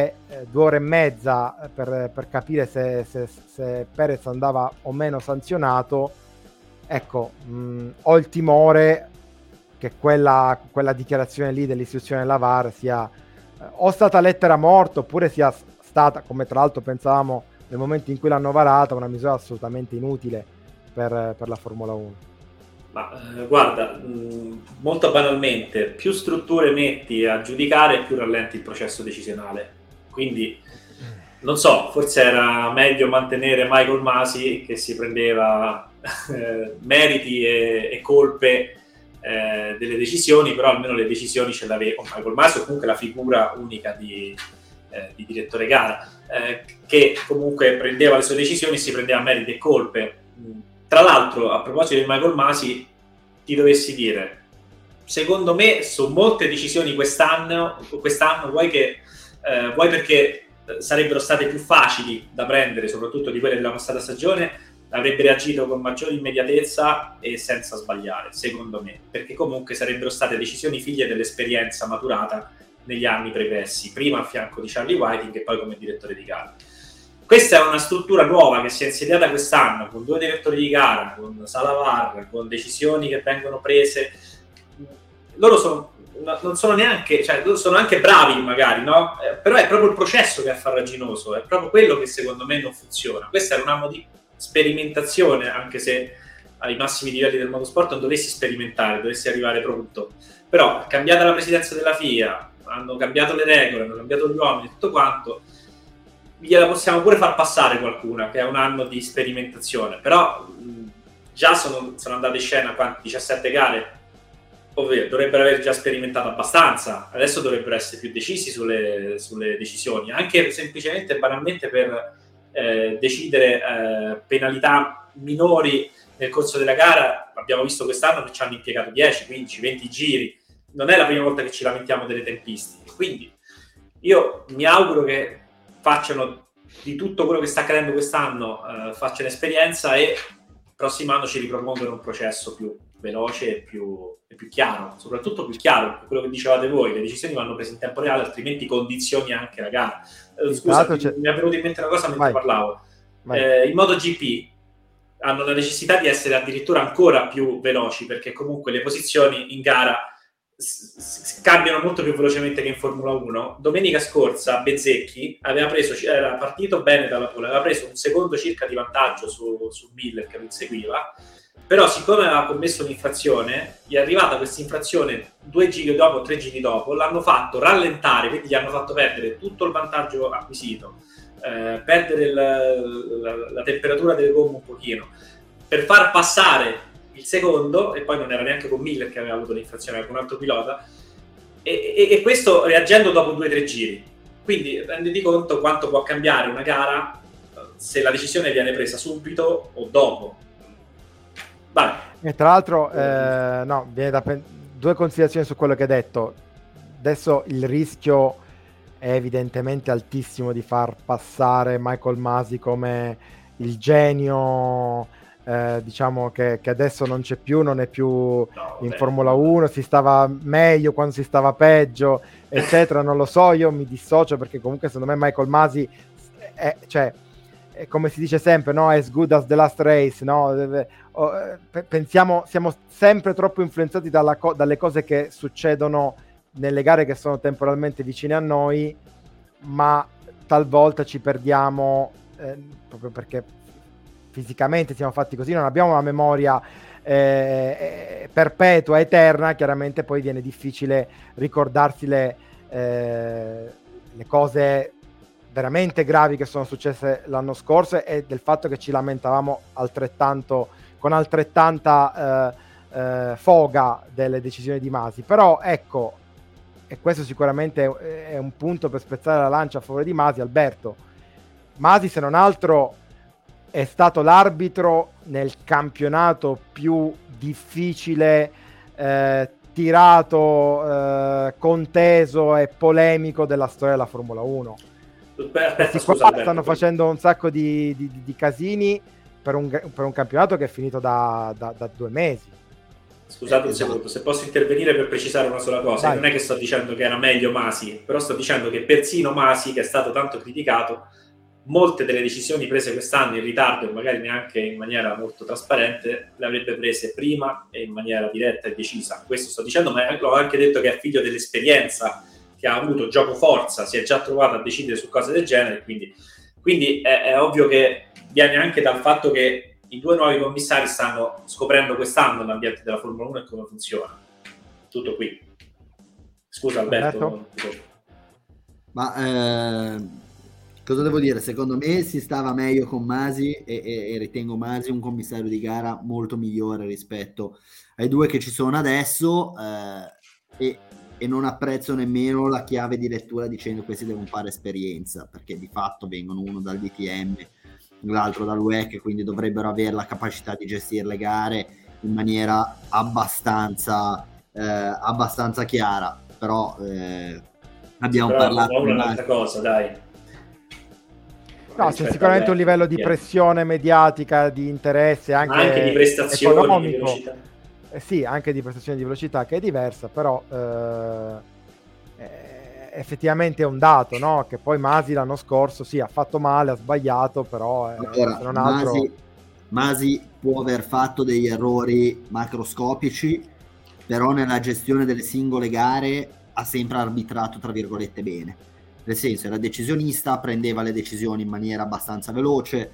eh, due ore e mezza per, per capire se, se, se Perez andava o meno sanzionato. Ecco, mh, ho il timore che quella, quella dichiarazione lì dell'istituzione della V A R sia eh, o stata lettera morta, oppure sia stata, come tra l'altro pensavamo nel momento in cui l'hanno varata, una misura assolutamente inutile per, per la Formula uno. Ma eh, guarda, mh, molto banalmente, più strutture metti a giudicare, più rallenti il processo decisionale. Quindi, non so, forse era meglio mantenere Michael Masi, che si prendeva eh, meriti e, e colpe eh, delle decisioni, però almeno le decisioni ce l'aveva Michael Masi, o comunque la figura unica di, eh, di direttore gara, eh, che comunque prendeva le sue decisioni e si prendeva meriti e colpe. Tra l'altro, a proposito di Michael Masi, ti dovessi dire, secondo me su molte decisioni quest'anno, quest'anno vuoi, che, eh, vuoi perché sarebbero state più facili da prendere, soprattutto di quelle della passata stagione, avrebbe reagito con maggiore immediatezza e senza sbagliare, secondo me, perché comunque sarebbero state decisioni figlie dell'esperienza maturata negli anni pregressi, prima a fianco di Charlie Whiting e poi come direttore di gara. Questa è una struttura nuova che si è insediata quest'anno, con due direttori di gara, con sala V A R, con decisioni che vengono prese. Loro sono, non sono neanche, cioè sono anche bravi magari, no? Eh, però è proprio il processo che è farraginoso, è proprio quello che secondo me non funziona. Questo era un anno di sperimentazione, anche se ai massimi livelli del motorsport non dovessi sperimentare, dovessi arrivare pronto. Però, cambiata la presidenza della F I A, hanno cambiato le regole, hanno cambiato gli uomini, tutto quanto, gliela possiamo pure far passare qualcuna, che è un anno di sperimentazione, però mh, già sono, sono andate in scena quanti, diciassette gare, ovvero dovrebbero aver già sperimentato abbastanza, adesso dovrebbero essere più decisi sulle, sulle decisioni, anche semplicemente banalmente per eh, decidere eh, penalità minori nel corso della gara. Abbiamo visto quest'anno che ci hanno impiegato dieci, quindici, venti giri, non è la prima volta che ci lamentiamo delle tempistiche, quindi io mi auguro che facciano di tutto quello che sta accadendo quest'anno, eh, facciano esperienza e il prossimo anno ci ripropongono un processo più veloce e più, e più chiaro, soprattutto più chiaro, perché quello che dicevate voi, le decisioni vanno prese in tempo reale, altrimenti condizioni anche la gara. Eh, scusa, mi, mi è venuta in mente una cosa mentre Vai. parlavo. Eh, in MotoGP hanno la necessità di essere addirittura ancora più veloci, perché comunque le posizioni in gara cambiano molto più velocemente che in Formula uno. Domenica scorsa Bezzecchi aveva preso, era partito bene dalla pole, aveva preso un secondo circa di vantaggio su, su Miller che lo inseguiva, però siccome aveva commesso un'infrazione, gli è arrivata questa infrazione due giri dopo, tre giri dopo, l'hanno fatto rallentare, quindi gli hanno fatto perdere tutto il vantaggio acquisito, eh, perdere il, la, la temperatura delle gomme un pochino, per far passare il secondo, e poi non era neanche con Miller che aveva avuto l'infrazione, era con un altro pilota, e, e, e questo reagendo dopo due o tre giri. Quindi renditi conto quanto può cambiare una gara se la decisione viene presa subito o dopo. Vabbè. E tra l'altro, eh, no, viene da pen- due considerazioni su quello che hai detto. Adesso il rischio è evidentemente altissimo di far passare Michael Masi come il genio, Eh, diciamo che, che adesso non c'è più, non è più no, in beh. Formula uno, si stava meglio quando si stava peggio, eccetera. Non lo so, io mi dissocio, perché comunque secondo me Michael Masi è, cioè, è come si dice sempre, no? As good as the last race, no? Pensiamo, siamo sempre troppo influenzati dalla co- dalle cose che succedono nelle gare che sono temporalmente vicine a noi, ma talvolta ci perdiamo eh, proprio perché fisicamente siamo fatti così, non abbiamo una memoria eh, perpetua, eterna. Chiaramente poi viene difficile ricordarsi le, eh, le cose veramente gravi che sono successe l'anno scorso, e del fatto che ci lamentavamo altrettanto, con altrettanta eh, eh, foga delle decisioni di Masi. Però ecco, e questo sicuramente è un punto per spezzare la lancia a favore di Masi, Alberto. Masi, se non altro, è stato l'arbitro nel campionato più difficile, eh, tirato, eh, conteso e polemico della storia della Formula uno. Questi qua stanno Alberto, facendo un sacco di, di, di casini per un, per un campionato che è finito da, da, da due mesi. Scusate Eh, un esatto. secondo, se posso intervenire per precisare una sola cosa. Vai. Non è che sto dicendo che era meglio Masi, però sto dicendo che persino Masi, che è stato tanto criticato, molte delle decisioni prese quest'anno in ritardo e magari neanche in maniera molto trasparente le avrebbe prese prima e in maniera diretta e decisa. Questo sto dicendo, ma ho anche detto che è figlio dell'esperienza, che ha avuto gioco forza, si è già trovato a decidere su cose del genere, quindi, quindi è, è ovvio che viene anche dal fatto che i due nuovi commissari stanno scoprendo quest'anno l'ambiente della Formula uno e come funziona. Tutto qui. Scusa Alberto. Alberto? Ma eh, cosa devo dire? Secondo me si stava meglio con Masi e, e, e ritengo Masi un commissario di gara molto migliore rispetto ai due che ci sono adesso, eh, e, e non apprezzo nemmeno la chiave di lettura dicendo che questi devono fare esperienza, perché di fatto vengono uno dal D T M, l'altro dall'U E C, quindi dovrebbero avere la capacità di gestire le gare in maniera abbastanza eh, abbastanza chiara, però eh, abbiamo però parlato una un'altra cosa, dai. No, c'è sicuramente un livello di pressione mediatica, di interesse, anche, anche di prestazioni, economico. di velocità. Eh sì, anche di prestazioni di velocità, che è diversa, però eh, eh, effettivamente è un dato, no? Che poi Masi l'anno scorso sì, ha fatto male, ha sbagliato, però eh, allora, se non altro... Masi, Masi può aver fatto degli errori macroscopici, però nella gestione delle singole gare ha sempre arbitrato tra virgolette bene, nel senso era decisionista, prendeva le decisioni in maniera abbastanza veloce,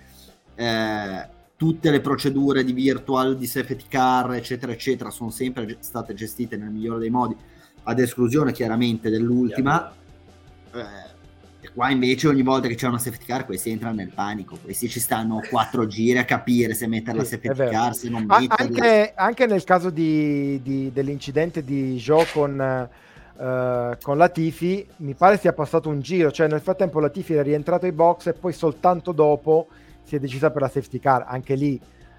eh, tutte le procedure di virtual, di safety car eccetera eccetera sono sempre state gestite nel migliore dei modi, ad esclusione chiaramente dell'ultima. eh, e qua invece ogni volta che c'è una safety car questi entrano nel panico, questi ci stanno quattro giri a capire se mettere la Sì, safety car, se non A- metterla. anche, anche nel caso di, di- dell'incidente di Zhou con, eh, con Latifi, mi pare sia passato un giro, cioè nel frattempo Latifi era rientrato ai box e poi soltanto dopo si è decisa per la safety car. Anche lì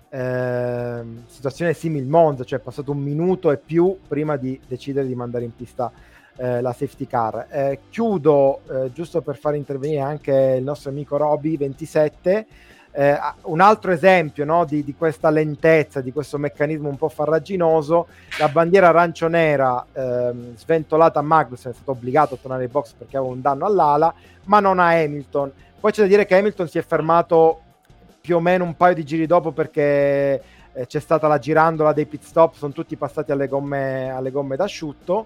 eh, situazione simile Monza, cioè è passato un minuto e più prima di decidere di mandare in pista eh, la safety car. Eh, chiudo eh, giusto per far intervenire anche il nostro amico Roby ventisette. Eh, un altro esempio, no, di, di questa lentezza, di questo meccanismo un po' farraginoso, la bandiera arancio-nera ehm, sventolata a Magnussen, è stato obbligato a tornare ai box perché aveva un danno all'ala, ma non a Hamilton. Poi c'è da dire che Hamilton si è fermato più o meno un paio di giri dopo perché eh, c'è stata la girandola dei pit stop, sono tutti passati alle gomme, alle gomme d'asciutto,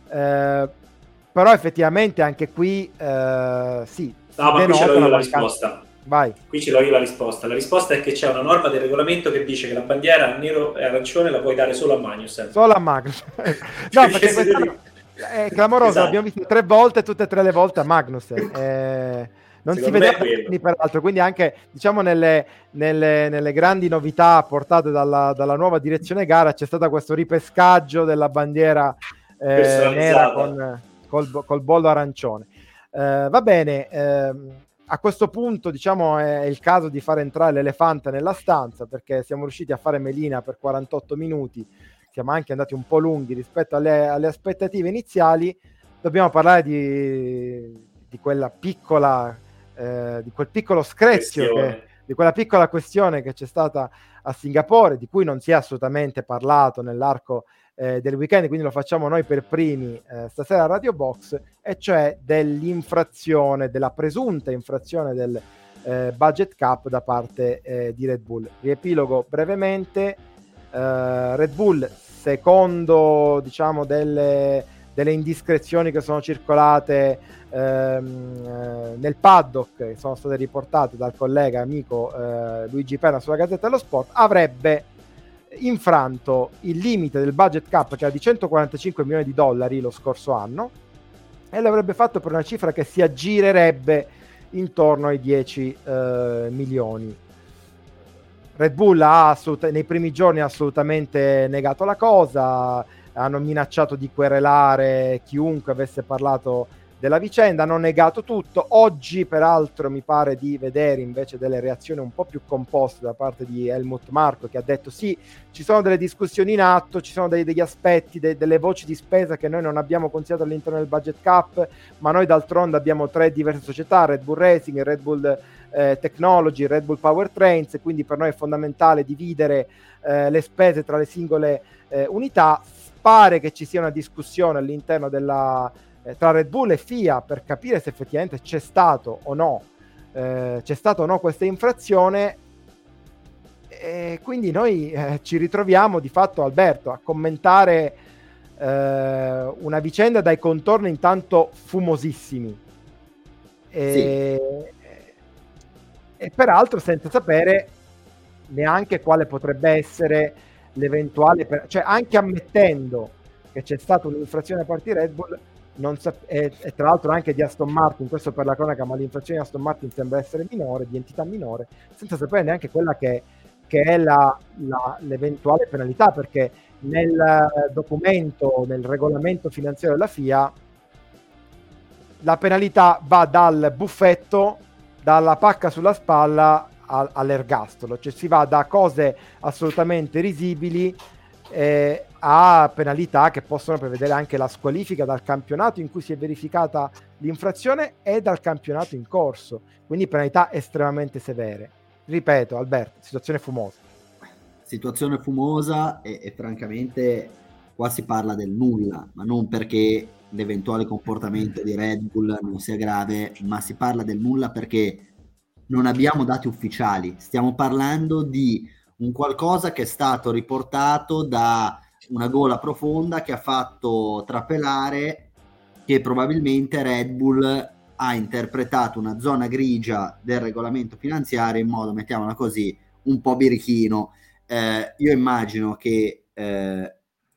eh, però effettivamente anche qui eh, sì, No, ma qui ce l'ho io la risposta. Vai. Qui ce l'ho io la risposta. La risposta è che c'è una norma del regolamento che dice che la bandiera nero e arancione la puoi dare solo a Magnussen. Solo a Magnussen. No, perché questa è clamoroso, esatto. L'abbiamo visto tre volte, tutte e tre le volte a Magnussen. Eh, non Secondo si vedeva peraltro, quindi anche diciamo nelle, nelle, nelle grandi novità portate dalla, dalla nuova direzione gara c'è stato questo ripescaggio della bandiera eh, nera con col, col bollo arancione. Eh, va bene, ehm, a questo punto diciamo è il caso di far entrare l'elefante nella stanza, perché siamo riusciti a fare melina per quarantotto minuti, siamo anche andati un po' lunghi rispetto alle, alle aspettative iniziali. Dobbiamo parlare di, di quella piccola eh, di quel piccolo screzio che, di quella piccola questione che c'è stata a Singapore, di cui non si è assolutamente parlato nell'arco eh, del weekend, quindi lo facciamo noi per primi eh, stasera a Radio Box, e cioè dell'infrazione, della presunta infrazione del eh, budget cap da parte eh, di Red Bull. Riepilogo brevemente: eh, Red Bull, secondo diciamo delle, delle indiscrezioni che sono circolate ehm, eh, nel paddock, che sono state riportate dal collega amico eh, Luigi Penna sulla Gazzetta dello Sport, avrebbe infranto il limite del budget cap, che era di centoquarantacinque milioni di dollari lo scorso anno, e l'avrebbe fatto per una cifra che si aggirerebbe intorno ai dieci eh, milioni. Red Bull ha assolut- nei primi giorni ha assolutamente negato la cosa, hanno minacciato di querelare chiunque avesse parlato della vicenda, hanno negato tutto. Oggi peraltro mi pare di vedere invece delle reazioni un po' più composte da parte di Helmut Marko, che ha detto sì, ci sono delle discussioni in atto, ci sono dei, degli aspetti, de, delle voci di spesa che noi non abbiamo considerato all'interno del budget cap, ma noi d'altronde abbiamo tre diverse società, Red Bull Racing, Red Bull eh, Technology, Red Bull Powertrains, quindi per noi è fondamentale dividere eh, le spese tra le singole eh, unità. Pare che ci sia una discussione all'interno della tra Red Bull e F I A per capire se effettivamente c'è stato o no eh, c'è stato o no questa infrazione, e quindi noi eh, ci ritroviamo di fatto, Alberto, a commentare eh, una vicenda dai contorni intanto fumosissimi e, sì. e peraltro senza sapere neanche quale potrebbe essere l'eventuale per... cioè anche ammettendo che c'è stata un'infrazione da parte di Red Bull, non sa- e, e tra l'altro anche di Aston Martin, questo per la cronaca, ma l'infrazione di Aston Martin sembra essere minore, di entità minore, senza sapere neanche quella che, che è la, la, l'eventuale penalità, perché nel documento, nel regolamento finanziario della F I A, la penalità va dal buffetto, dalla pacca sulla spalla a, all'ergastolo, cioè si va da cose assolutamente risibili eh, a penalità che possono prevedere anche la squalifica dal campionato in cui si è verificata l'infrazione e dal campionato in corso, quindi penalità estremamente severe. Ripeto, Alberto, situazione fumosa. Situazione fumosa e, e francamente qua si parla del nulla, ma non perché l'eventuale comportamento di Red Bull non sia grave, ma si parla del nulla perché non abbiamo dati ufficiali. Stiamo parlando di un qualcosa che è stato riportato da una gola profonda che ha fatto trapelare che probabilmente Red Bull ha interpretato una zona grigia del regolamento finanziario in modo, mettiamola così, un po' birichino. Eh, io immagino che eh,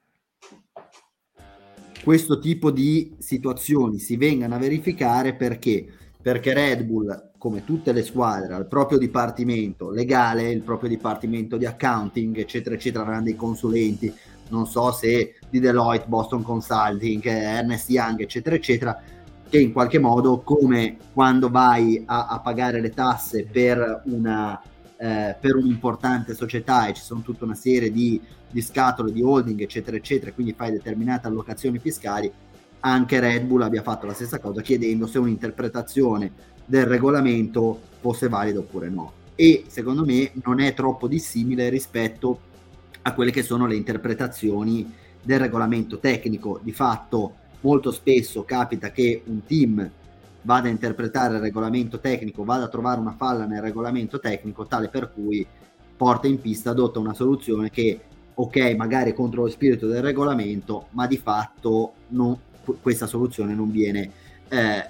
questo tipo di situazioni si vengano a verificare perché perché Red Bull, come tutte le squadre, ha il proprio dipartimento legale, il proprio dipartimento di accounting, eccetera eccetera, avranno dei consulenti, non so se di Deloitte, Boston Consulting, Ernst Young, eccetera eccetera, che in qualche modo, come quando vai a, a pagare le tasse per una eh, per un'importante società e ci sono tutta una serie di, di scatole di holding, eccetera eccetera, quindi fai determinate allocazioni fiscali, anche Red Bull abbia fatto la stessa cosa chiedendo se un'interpretazione del regolamento fosse valida oppure no, e secondo me non è troppo dissimile rispetto a quelle che sono le interpretazioni del regolamento tecnico. Di fatto molto spesso capita che un team vada a interpretare il regolamento tecnico, vada a trovare una falla nel regolamento tecnico tale per cui porta in pista, adotta una soluzione che ok, magari è contro lo spirito del regolamento, ma di fatto non, questa soluzione non viene eh,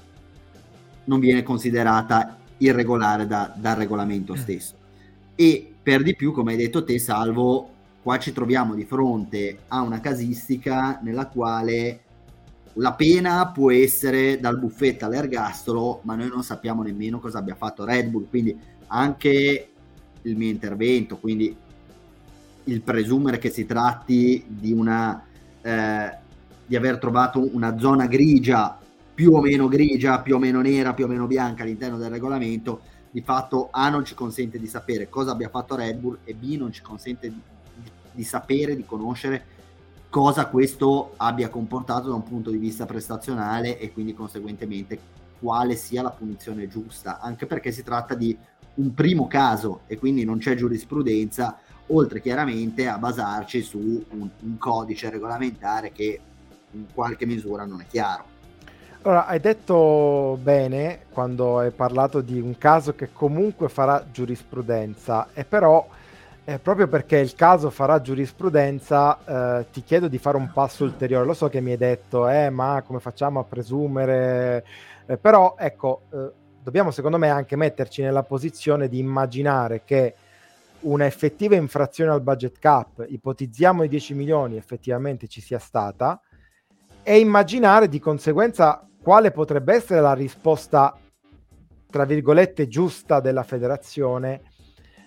non viene considerata irregolare da, dal regolamento stesso. E per di più, come hai detto te, Salvo, qua ci troviamo di fronte a una casistica nella quale la pena può essere dal buffetto all'ergastolo, ma noi non sappiamo nemmeno cosa abbia fatto Red Bull, quindi anche il mio intervento, quindi il presumere che si tratti di una eh, di aver trovato una zona grigia, più o meno grigia, più o meno nera, più o meno bianca all'interno del regolamento, di fatto A non ci consente di sapere cosa abbia fatto Red Bull e B non ci consente di, di, di sapere, di conoscere cosa questo abbia comportato da un punto di vista prestazionale e quindi conseguentemente quale sia la punizione giusta, anche perché si tratta di un primo caso e quindi non c'è giurisprudenza, oltre chiaramente a basarci su un, un codice regolamentare che in qualche misura non è chiaro. Allora, hai detto bene quando hai parlato di un caso che comunque farà giurisprudenza, e però eh, proprio perché il caso farà giurisprudenza eh, ti chiedo di fare un passo ulteriore. Lo so che mi hai detto, eh, ma come facciamo a presumere? Eh, però ecco, eh, dobbiamo secondo me anche metterci nella posizione di immaginare che una effettiva infrazione al budget cap, ipotizziamo i dieci milioni, effettivamente ci sia stata, e immaginare di conseguenza quale potrebbe essere la risposta, tra virgolette, giusta della federazione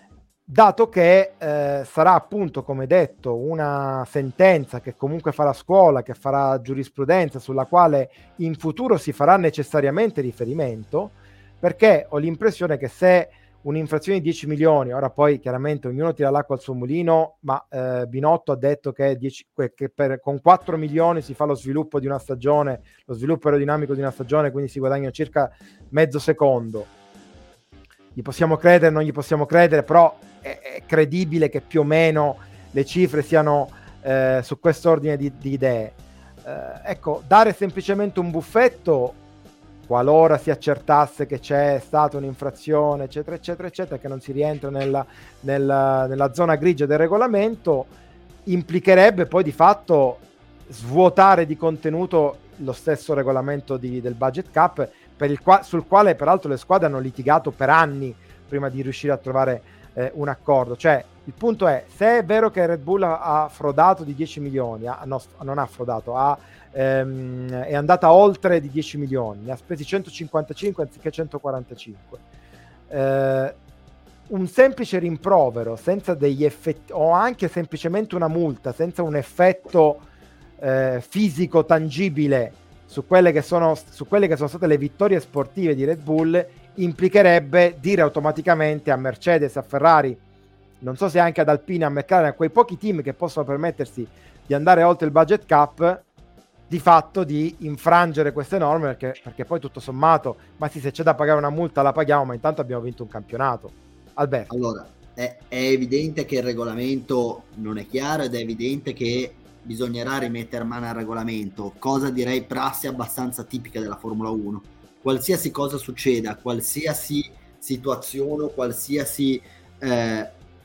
dato che eh, sarà appunto, come detto, una sentenza che comunque farà scuola, che farà giurisprudenza, sulla quale in futuro si farà necessariamente riferimento, perché ho l'impressione che se un'infrazione di dieci milioni, ora poi chiaramente ognuno tira l'acqua al suo mulino, ma eh, Binotto ha detto che, dieci, che per, con quattro milioni si fa lo sviluppo di una stagione, lo sviluppo aerodinamico di una stagione, quindi si guadagna circa mezzo secondo. Gli possiamo credere, non gli possiamo credere, però è, è credibile che più o meno le cifre siano eh, su quest'ordine di, di idee. Eh, ecco, dare semplicemente un buffetto, qualora si accertasse che c'è stata un'infrazione, eccetera, eccetera, eccetera, che non si rientra nella, nella, nella zona grigia del regolamento, implicherebbe poi di fatto svuotare di contenuto lo stesso regolamento di, del budget cap, per il qua, sul quale peraltro le squadre hanno litigato per anni prima di riuscire a trovare eh, un accordo. Cioè, il punto è, se è vero che Red Bull ha, ha frodato di dieci milioni, ha, no, non ha frodato, ha, ehm, è andata oltre di dieci milioni, ne ha spesi centocinquantacinque anziché centoquarantacinque, eh, un semplice rimprovero senza degli effetti, o anche semplicemente una multa senza un effetto eh, fisico tangibile su quelle che sono su quelle che sono state le vittorie sportive di Red Bull, implicherebbe dire automaticamente a Mercedes, a Ferrari, non so se anche ad Alpine, a McLaren, a quei pochi team che possono permettersi di andare oltre il budget cap, di fatto di infrangere queste norme, perché, perché poi tutto sommato, ma sì, se c'è da pagare una multa la paghiamo, ma intanto abbiamo vinto un campionato. Alberto. Allora, è, è evidente che il regolamento non è chiaro ed è evidente che bisognerà rimettere mano al regolamento, cosa direi prassi abbastanza tipica della Formula uno. Qualsiasi cosa succeda, qualsiasi situazione, qualsiasi eh,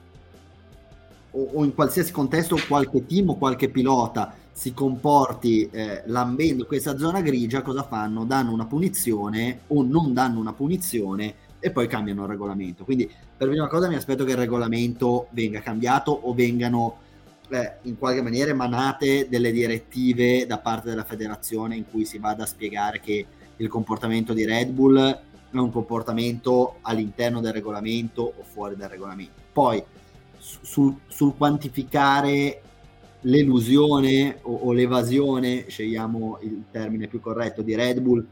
o, o in qualsiasi contesto qualche team o qualche pilota si comporti eh, lambendo questa zona grigia, cosa fanno? Danno una punizione o non danno una punizione e poi cambiano il regolamento. Quindi per prima cosa mi aspetto che il regolamento venga cambiato o vengano eh, in qualche maniera emanate delle direttive da parte della federazione in cui si vada a spiegare che il comportamento di Red Bull è un comportamento all'interno del regolamento o fuori dal regolamento. Poi sul, sul quantificare l'elusione o, o l'evasione, scegliamo il termine più corretto, di Red Bull,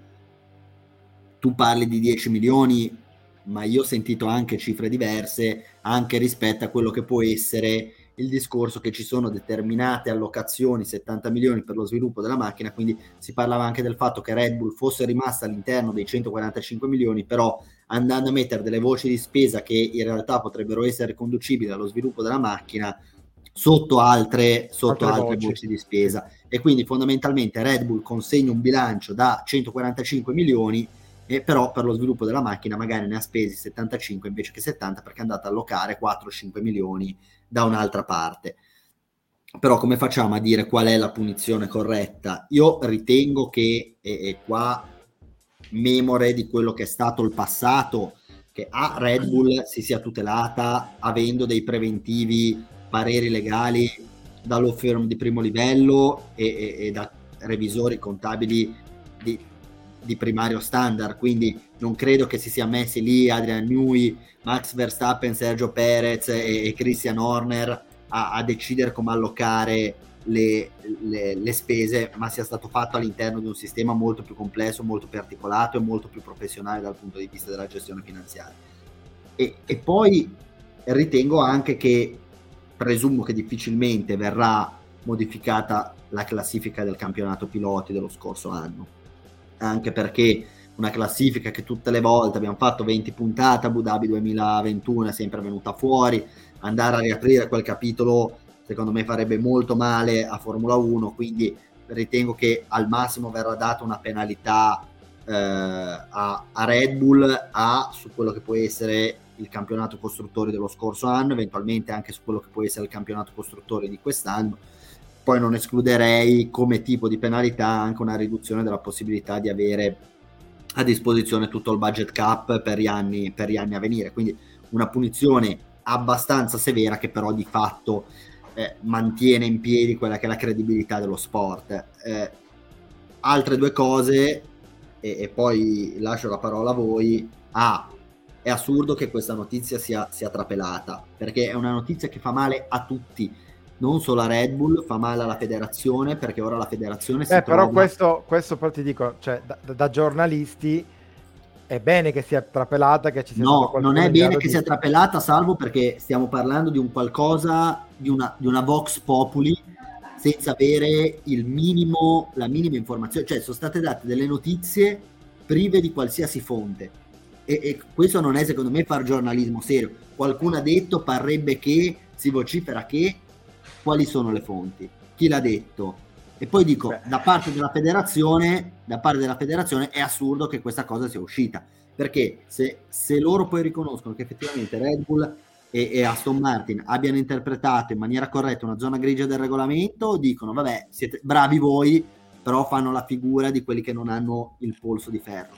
tu parli di dieci milioni, ma io ho sentito anche cifre diverse anche rispetto a quello che può essere il discorso che ci sono determinate allocazioni, settanta milioni per lo sviluppo della macchina, quindi si parlava anche del fatto che Red Bull fosse rimasta all'interno dei centoquarantacinque milioni, però andando a mettere delle voci di spesa che in realtà potrebbero essere riconducibili allo sviluppo della macchina sotto altre, sotto altre, altre voci. voci di spesa, e quindi fondamentalmente Red Bull consegna un bilancio da centoquarantacinque milioni, e però per lo sviluppo della macchina magari ne ha spesi settantacinque invece che settanta, perché è andata a allocare quattro cinque milioni da un'altra parte. Però come facciamo a dire qual è la punizione corretta? Io ritengo che, e, e qua memore di quello che è stato il passato, che a Red Bull si sia tutelata avendo dei preventivi, pareri legali da law firm di primo livello e, e, e da revisori contabili di, di primario standard, quindi non credo che si sia messi lì Adrian Newey, Max Verstappen, Sergio Perez e, e Christian Horner a, a decidere come allocare le, le, le spese, ma sia stato fatto all'interno di un sistema molto più complesso, molto più articolato e molto più professionale dal punto di vista della gestione finanziaria. E, e poi ritengo anche che, presumo che difficilmente verrà modificata la classifica del campionato piloti dello scorso anno, anche perché una classifica che tutte le volte abbiamo fatto venti puntate, Abu Dhabi duemilaventuno è sempre venuta fuori, andare a riaprire quel capitolo secondo me farebbe molto male a Formula uno, quindi ritengo che al massimo verrà data una penalità eh, a, a Red Bull a, su quello che può essere il campionato costruttori dello scorso anno, eventualmente anche su quello che può essere il campionato costruttori di quest'anno. Poi non escluderei come tipo di penalità anche una riduzione della possibilità di avere a disposizione tutto il budget cap per gli anni, per gli anni a venire, quindi una punizione abbastanza severa che però di fatto eh, mantiene in piedi quella che è la credibilità dello sport. Eh, altre due cose e, e poi lascio la parola a voi. A è assurdo che questa notizia sia, sia trapelata, perché è una notizia che fa male a tutti, non solo a Red Bull, fa male alla federazione, perché ora la federazione si eh, trova... Però questo, questo però ti dico, cioè, da, da giornalisti è bene che sia trapelata, che ci sia No, stato qualcuno non è in bene grado che di- sia trapelata, salvo perché stiamo parlando di un qualcosa, di una, di una Vox Populi, senza avere il minimo, la minima informazione, cioè sono state date delle notizie prive di qualsiasi fonte, e, e questo non è secondo me far giornalismo serio. Qualcuno ha detto, parrebbe che, si vocifera che, quali sono le fonti? Chi l'ha detto? E poi dico, Beh. da parte della federazione, da parte della federazione è assurdo che questa cosa sia uscita, perché se, se loro poi riconoscono che effettivamente Red Bull e, e Aston Martin abbiano interpretato in maniera corretta una zona grigia del regolamento, dicono vabbè, siete bravi voi, però fanno la figura di quelli che non hanno il polso di ferro.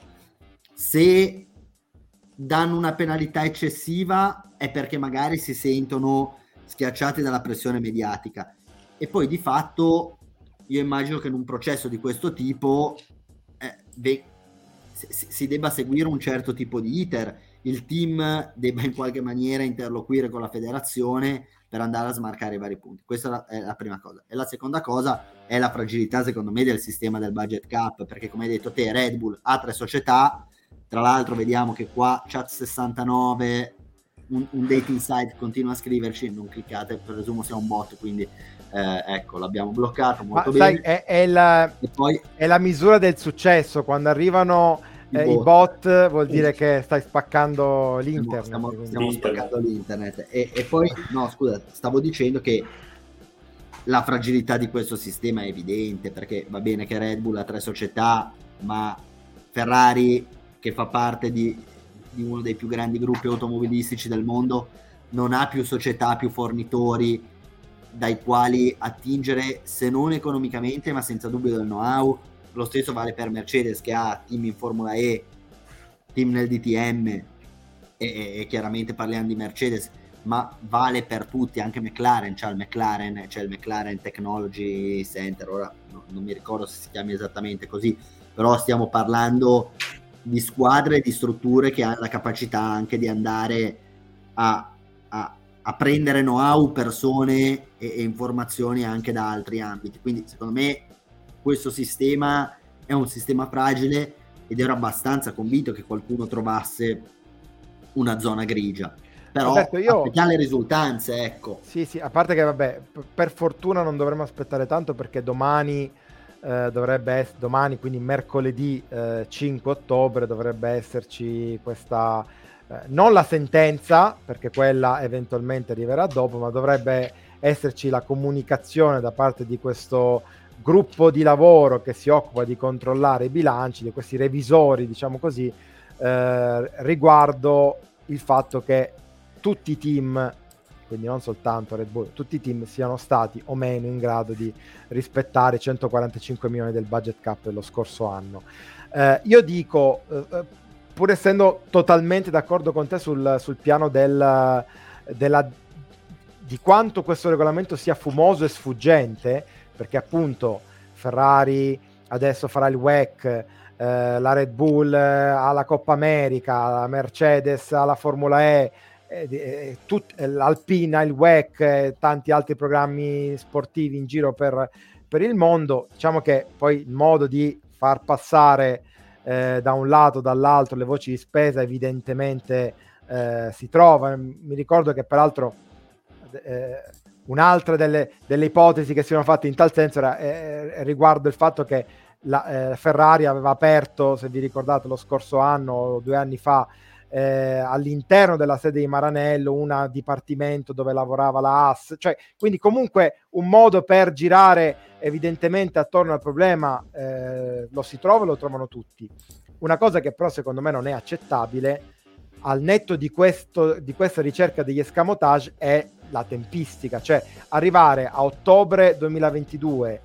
Se danno una penalità eccessiva è perché magari si sentono schiacciati dalla pressione mediatica, e poi di fatto io immagino che in un processo di questo tipo eh, ve- si, si debba seguire un certo tipo di iter, il team debba in qualche maniera interloquire con la federazione per andare a smarcare i vari punti. Questa è la prima cosa. E la seconda cosa è la fragilità, secondo me, del sistema del budget cap, perché come hai detto te, Red Bull ha tre società, tra l'altro vediamo che qua Chat sessantanove, un, un dating site continua a scriverci, non cliccate, presumo sia un bot, quindi eh, ecco, l'abbiamo bloccato molto Ma bene. sai, è, è, la, e poi, è la misura del successo, quando arrivano i eh, bot. i bot vuol dire che stai spaccando l'internet. Stiamo, quindi- stiamo spaccando l'internet. E, e poi, no, scusa, stavo dicendo che la fragilità di questo sistema è evidente, perché va bene che Red Bull ha tre società, ma Ferrari, che fa parte di, di uno dei più grandi gruppi automobilistici del mondo, non ha più società, più fornitori dai quali attingere, se non economicamente, ma senza dubbio del know-how. Lo stesso vale per Mercedes, che ha team in Formula E, team nel D T M, e, e, e chiaramente parliamo di Mercedes, ma vale per tutti, anche McLaren, c'è il McLaren, c'è il McLaren Technology Center, ora no, non mi ricordo se si chiami esattamente così, però stiamo parlando di squadre e di strutture che hanno la capacità anche di andare a, a, a prendere know-how, persone e, e informazioni anche da altri ambiti. Quindi secondo me questo sistema è un sistema fragile, ed ero abbastanza convinto che qualcuno trovasse una zona grigia, però Roberto, io- aspettiamo le risultanze, ecco. Sì, sì, a parte che vabbè, p- per fortuna non dovremmo aspettare tanto, perché domani eh, dovrebbe essere, domani, quindi mercoledì eh, cinque ottobre, dovrebbe esserci questa, eh, non la sentenza, perché quella eventualmente arriverà dopo, ma dovrebbe esserci la comunicazione da parte di questo gruppo di lavoro che si occupa di controllare i bilanci, di questi revisori, diciamo così, eh, riguardo il fatto che tutti i team, quindi non soltanto Red Bull, tutti i team siano stati o meno in grado di rispettare i centoquarantacinque milioni del budget cap dello scorso anno. Eh, io dico, eh, pur essendo totalmente d'accordo con te sul, sul piano del, della, di quanto questo regolamento sia fumoso e sfuggente, perché appunto Ferrari adesso farà il W E C, eh, la Red Bull eh, ha la Coppa America, la Mercedes ha la Formula E, eh, eh, tut, eh, l'Alpina, il W E C e tanti altri programmi sportivi in giro per, per il mondo. Diciamo che poi il modo di far passare eh, da un lato dall'altro le voci di spesa evidentemente eh, si trova. Mi ricordo che peraltro eh, un'altra delle, delle ipotesi che si sono fatte in tal senso era eh, riguardo il fatto che la eh, Ferrari aveva aperto, se vi ricordate, lo scorso anno o due anni fa eh, all'interno della sede di Maranello un dipartimento dove lavorava la A S, cioè quindi comunque un modo per girare evidentemente attorno al problema eh, lo si trova e lo trovano tutti. Una cosa che però secondo me non è accettabile, al netto di, questo, di questa ricerca degli escamotage, è la tempistica, cioè arrivare a ottobre duemilaventidue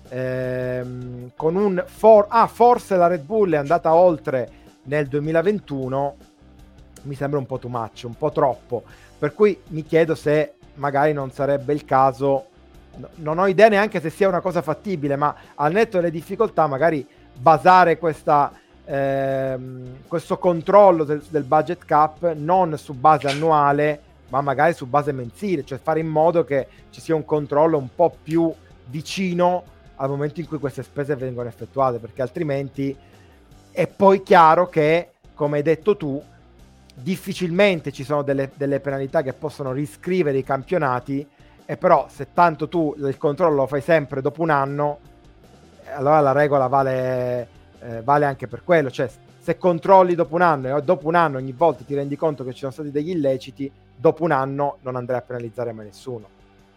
ehm, con un for- ah forse la Red Bull è andata oltre nel duemilaventuno, mi sembra un po' too much, un po' troppo, per cui mi chiedo se magari non sarebbe il caso, no, non ho idea neanche se sia una cosa fattibile, ma al netto delle difficoltà magari basare questa ehm, questo controllo del, del budget cap non su base annuale, ma magari su base mensile, cioè fare in modo che ci sia un controllo un po' più vicino al momento in cui queste spese vengono effettuate, perché altrimenti è poi chiaro che, come hai detto tu, difficilmente ci sono delle, delle penalità che possono riscrivere i campionati, e però se tanto tu il controllo lo fai sempre dopo un anno, allora la regola vale, eh, vale anche per quello, cioè se controlli dopo un anno e dopo un anno ogni volta ti rendi conto che ci sono stati degli illeciti, dopo un anno non andrai a penalizzare mai nessuno.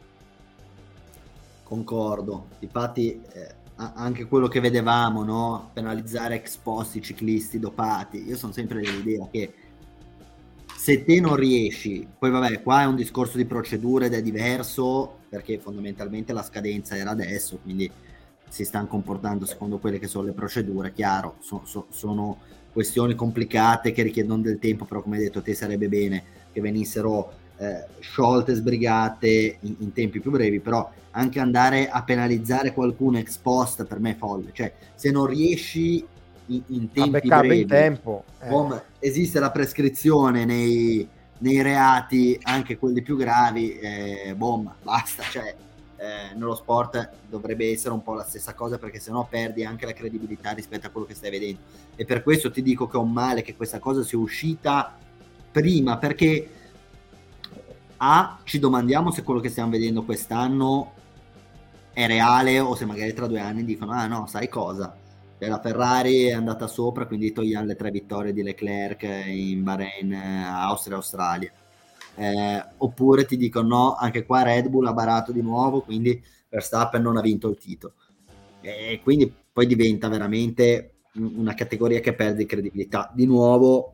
Concordo, infatti eh, anche quello che vedevamo, no? Penalizzare ex post i ciclisti dopati, io sono sempre dell'idea che se te non riesci, poi vabbè, qua è un discorso di procedure ed è diverso, perché fondamentalmente la scadenza era adesso, quindi si stanno comportando secondo quelle che sono le procedure, chiaro, so, so, sono questioni complicate che richiedono del tempo, però come hai detto te sarebbe bene che venissero eh, sciolte, sbrigate in, in tempi più brevi, però anche andare a penalizzare qualcuno ex post per me è folle, cioè se non riesci in, in tempi brevi, in tempo, eh. Come esiste la prescrizione nei, nei reati, anche quelli più gravi, eh, boom, basta, cioè eh, nello sport dovrebbe essere un po' la stessa cosa, perché sennò perdi anche la credibilità rispetto a quello che stai vedendo, e per questo ti dico che è un male che questa cosa sia uscita prima, perché A, ci domandiamo se quello che stiamo vedendo quest'anno è reale o se magari tra due anni dicono ah no, sai cosa, la Ferrari è andata sopra, quindi togliamo le tre vittorie di Leclerc in Bahrain, Austria e Australia, eh, oppure ti dicono no, anche qua Red Bull ha barato di nuovo, quindi Verstappen non ha vinto il titolo, e quindi poi diventa veramente una categoria che perde credibilità. Di nuovo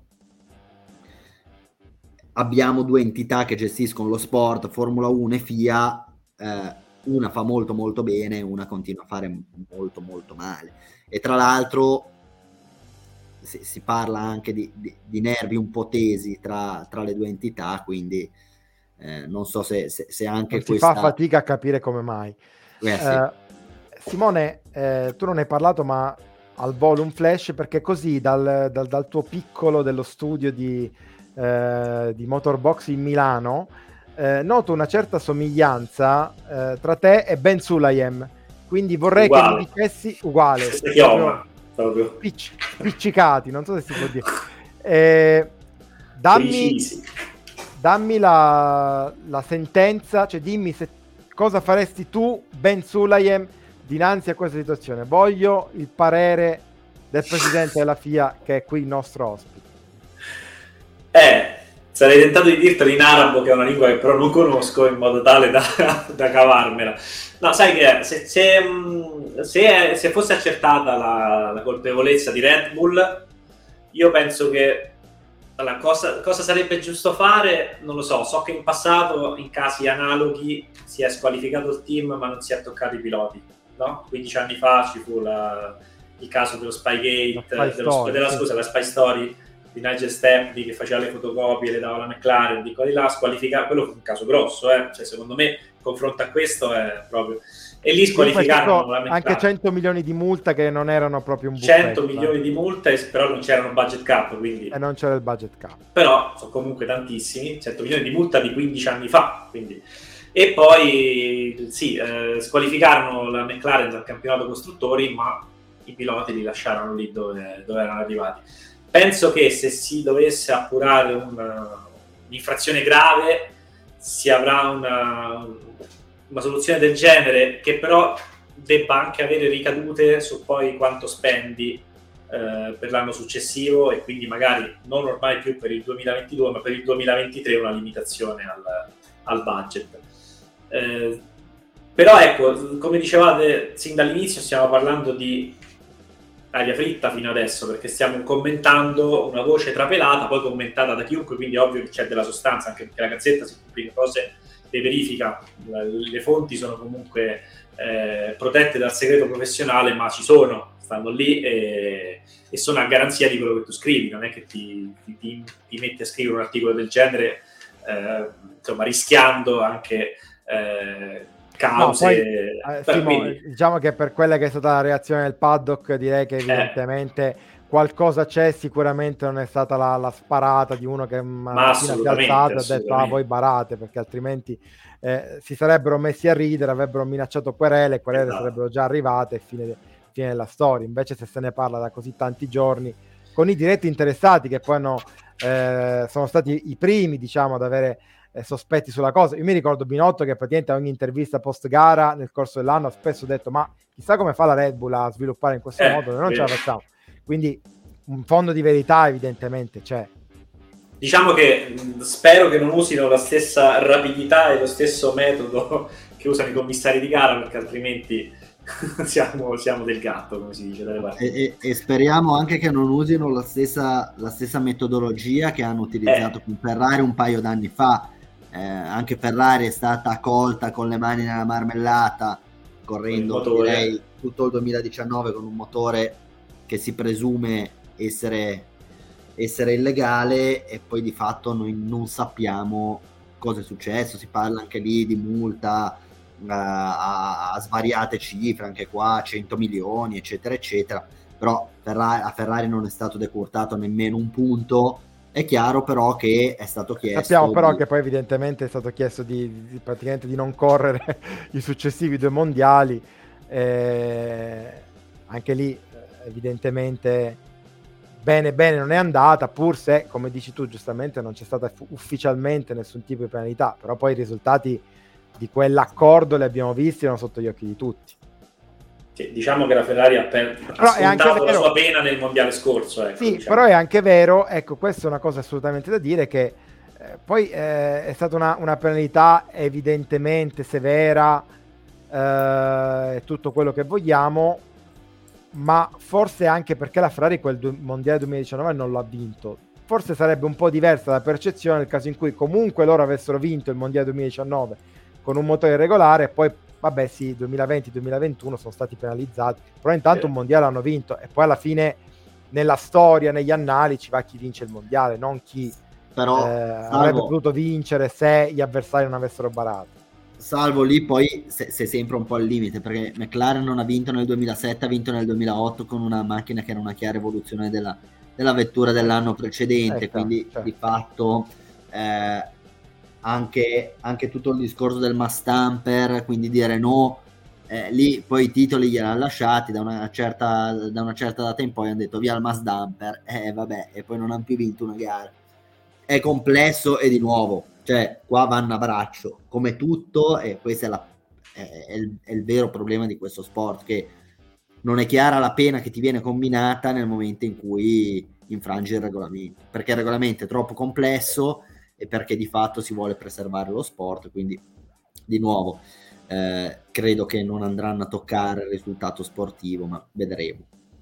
abbiamo due entità che gestiscono lo sport, Formula uno e F I A, eh, una fa molto molto bene, una continua a fare molto molto male, e tra l'altro si, si parla anche di, di, di nervi un po' tesi tra, tra le due entità, quindi eh, non so se, se, se anche non questa... si fa fatica a capire come mai. Eh, sì. uh, Simone, eh, tu non hai parlato, ma al volo un flash, perché così dal, dal, dal tuo piccolo dello studio di, eh, di Motorbox in Milano eh, noto una certa somiglianza eh, tra te e Ben Sulayem, quindi vorrei uguale. Che mi dicessi uguale, proprio, proprio. Picc, piccicati, non so se si può dire, eh, dammi, dammi la, la sentenza, cioè dimmi se, cosa faresti tu, Ben Sulayem, dinanzi a questa situazione. Voglio il parere del presidente della F I A, che è qui il nostro ospite. Eh, sarei tentato di dirtelo in arabo, che è una lingua che però non conosco, in modo tale da, da cavarmela. No, sai che se, se, se, se fosse accertata la, la colpevolezza di Red Bull, io penso che allora, cosa, cosa sarebbe giusto fare, non lo so. So che in passato, in casi analoghi, si è squalificato il team ma non si è toccato i piloti, no? quindici anni fa ci fu la, il caso dello Spygate, Spy dello, Story, della, sì. scusa, la Spy Story di Nigel Stepney, che faceva le fotocopie, le dava la McLaren, di qua di là, squalificato. Quello fu un caso grosso, eh? Cioè, secondo me, confronto a questo è proprio... E lì squalificarono la McLaren. Anche cento milioni di multa che non erano proprio un buffetto. cento buffetto, milioni eh. di multa, però non c'erano budget cap, quindi... E non c'era il budget cap. Però sono comunque tantissimi, cento milioni di multa di quindici anni fa, quindi... E poi, sì, eh, squalificarono la McLaren dal campionato costruttori, ma i piloti li lasciarono lì dove, dove erano arrivati. Penso che se si dovesse appurare una, un'infrazione grave, si avrà una, una soluzione del genere, che però debba anche avere ricadute su poi quanto spendi eh, per l'anno successivo, e quindi magari non ormai più per il duemilaventidue, ma per il duemilaventitré una limitazione al, al budget. Eh, però ecco, come dicevate sin dall'inizio, stiamo parlando di aria fritta fino adesso, perché stiamo commentando una voce trapelata, poi commentata da chiunque, quindi è ovvio che c'è della sostanza, anche perché la Gazzetta si pubblica cose, le verifica, le fonti sono comunque eh, protette dal segreto professionale, ma ci sono, stanno lì e, e sono a garanzia di quello che tu scrivi. Non è che ti, ti, ti, ti metti a scrivere un articolo del genere eh, insomma rischiando anche eh, cause. No, poi, eh, Simo, quindi... diciamo che per quella che è stata la reazione del paddock, direi che evidentemente eh. qualcosa c'è, sicuramente non è stata la, la sparata di uno che ma assolutamente, ha detto ah voi barate, perché altrimenti eh, si sarebbero messi a ridere, avrebbero minacciato querele, querele esatto. sarebbero già arrivate e fine, fine della storia. Invece se se ne parla da così tanti giorni, con i diretti interessati che poi hanno, eh, sono stati i primi, diciamo, ad avere eh, sospetti sulla cosa. Io mi ricordo Binotto che praticamente a ogni intervista post gara nel corso dell'anno ha spesso detto ma chissà come fa la Red Bull a sviluppare in questo eh, modo, noi non vero. ce la facciamo. Quindi un fondo di verità evidentemente c'è. Diciamo che mh, spero che non usino la stessa rapidità e lo stesso metodo che usano i commissari di gara, perché altrimenti siamo, siamo del gatto, come si dice dalle parti. E, e, e speriamo anche che non usino la stessa, la stessa metodologia che hanno utilizzato eh. con Ferrari un paio d'anni fa. Eh, anche Ferrari è stata colta con le mani nella marmellata, correndo direi tutto il duemiladiciannove con un motore che si presume essere, essere illegale, e poi di fatto noi non sappiamo cosa è successo. Si parla anche lì di multa uh, a, a svariate cifre, anche qua cento milioni eccetera eccetera, però Ferrari, a Ferrari non è stato decurtato nemmeno un punto. È chiaro però che è stato chiesto, sappiamo però di... che poi evidentemente è stato chiesto di, di praticamente di non correre i successivi due mondiali, eh, anche lì evidentemente bene bene non è andata, pur se come dici tu giustamente non c'è stata ufficialmente nessun tipo di penalità, però poi i risultati di quell'accordo li abbiamo visti, erano sotto gli occhi di tutti. Sì, diciamo che la Ferrari ha, per... ha scontato la sua pena nel mondiale scorso, ecco, sì, diciamo. Però è anche vero, ecco, questa è una cosa assolutamente da dire, che eh, poi eh, è stata una, una penalità evidentemente severa, eh, tutto quello che vogliamo, ma forse anche perché la Ferrari quel du- mondiale duemiladiciannove non l'ha vinto. Forse sarebbe un po' diversa la percezione nel caso in cui comunque loro avessero vinto il mondiale duemiladiciannove con un motore regolare, e poi vabbè sì, duemilaventi duemilaventuno sono stati penalizzati, però intanto sì. un mondiale hanno vinto, e poi alla fine nella storia, negli annali ci va chi vince il mondiale, non chi però, eh, salvo, avrebbe potuto vincere se gli avversari non avessero barato. Salvo lì poi sei se sempre un po' al limite, perché McLaren non ha vinto nel duemilasette, ha vinto nel duemilaotto con una macchina che era una chiara evoluzione della, della vettura dell'anno precedente, eh, quindi certo. di fatto eh, anche, anche tutto il discorso del mass stamper, quindi dire no, eh, lì poi i titoli glieli hanno lasciati da una certa da una certa data in poi, hanno detto via il mass damper, e eh, vabbè, e poi non hanno più vinto una gara. È complesso, e di nuovo cioè qua vanno a braccio come tutto, e questo è, la, è, è, il, è il vero problema di questo sport, che non è chiara la pena che ti viene combinata nel momento in cui infrangi il regolamento, perché il regolamento è troppo complesso e perché di fatto si vuole preservare lo sport. Quindi di nuovo eh, credo che non andranno a toccare il risultato sportivo, ma vedremo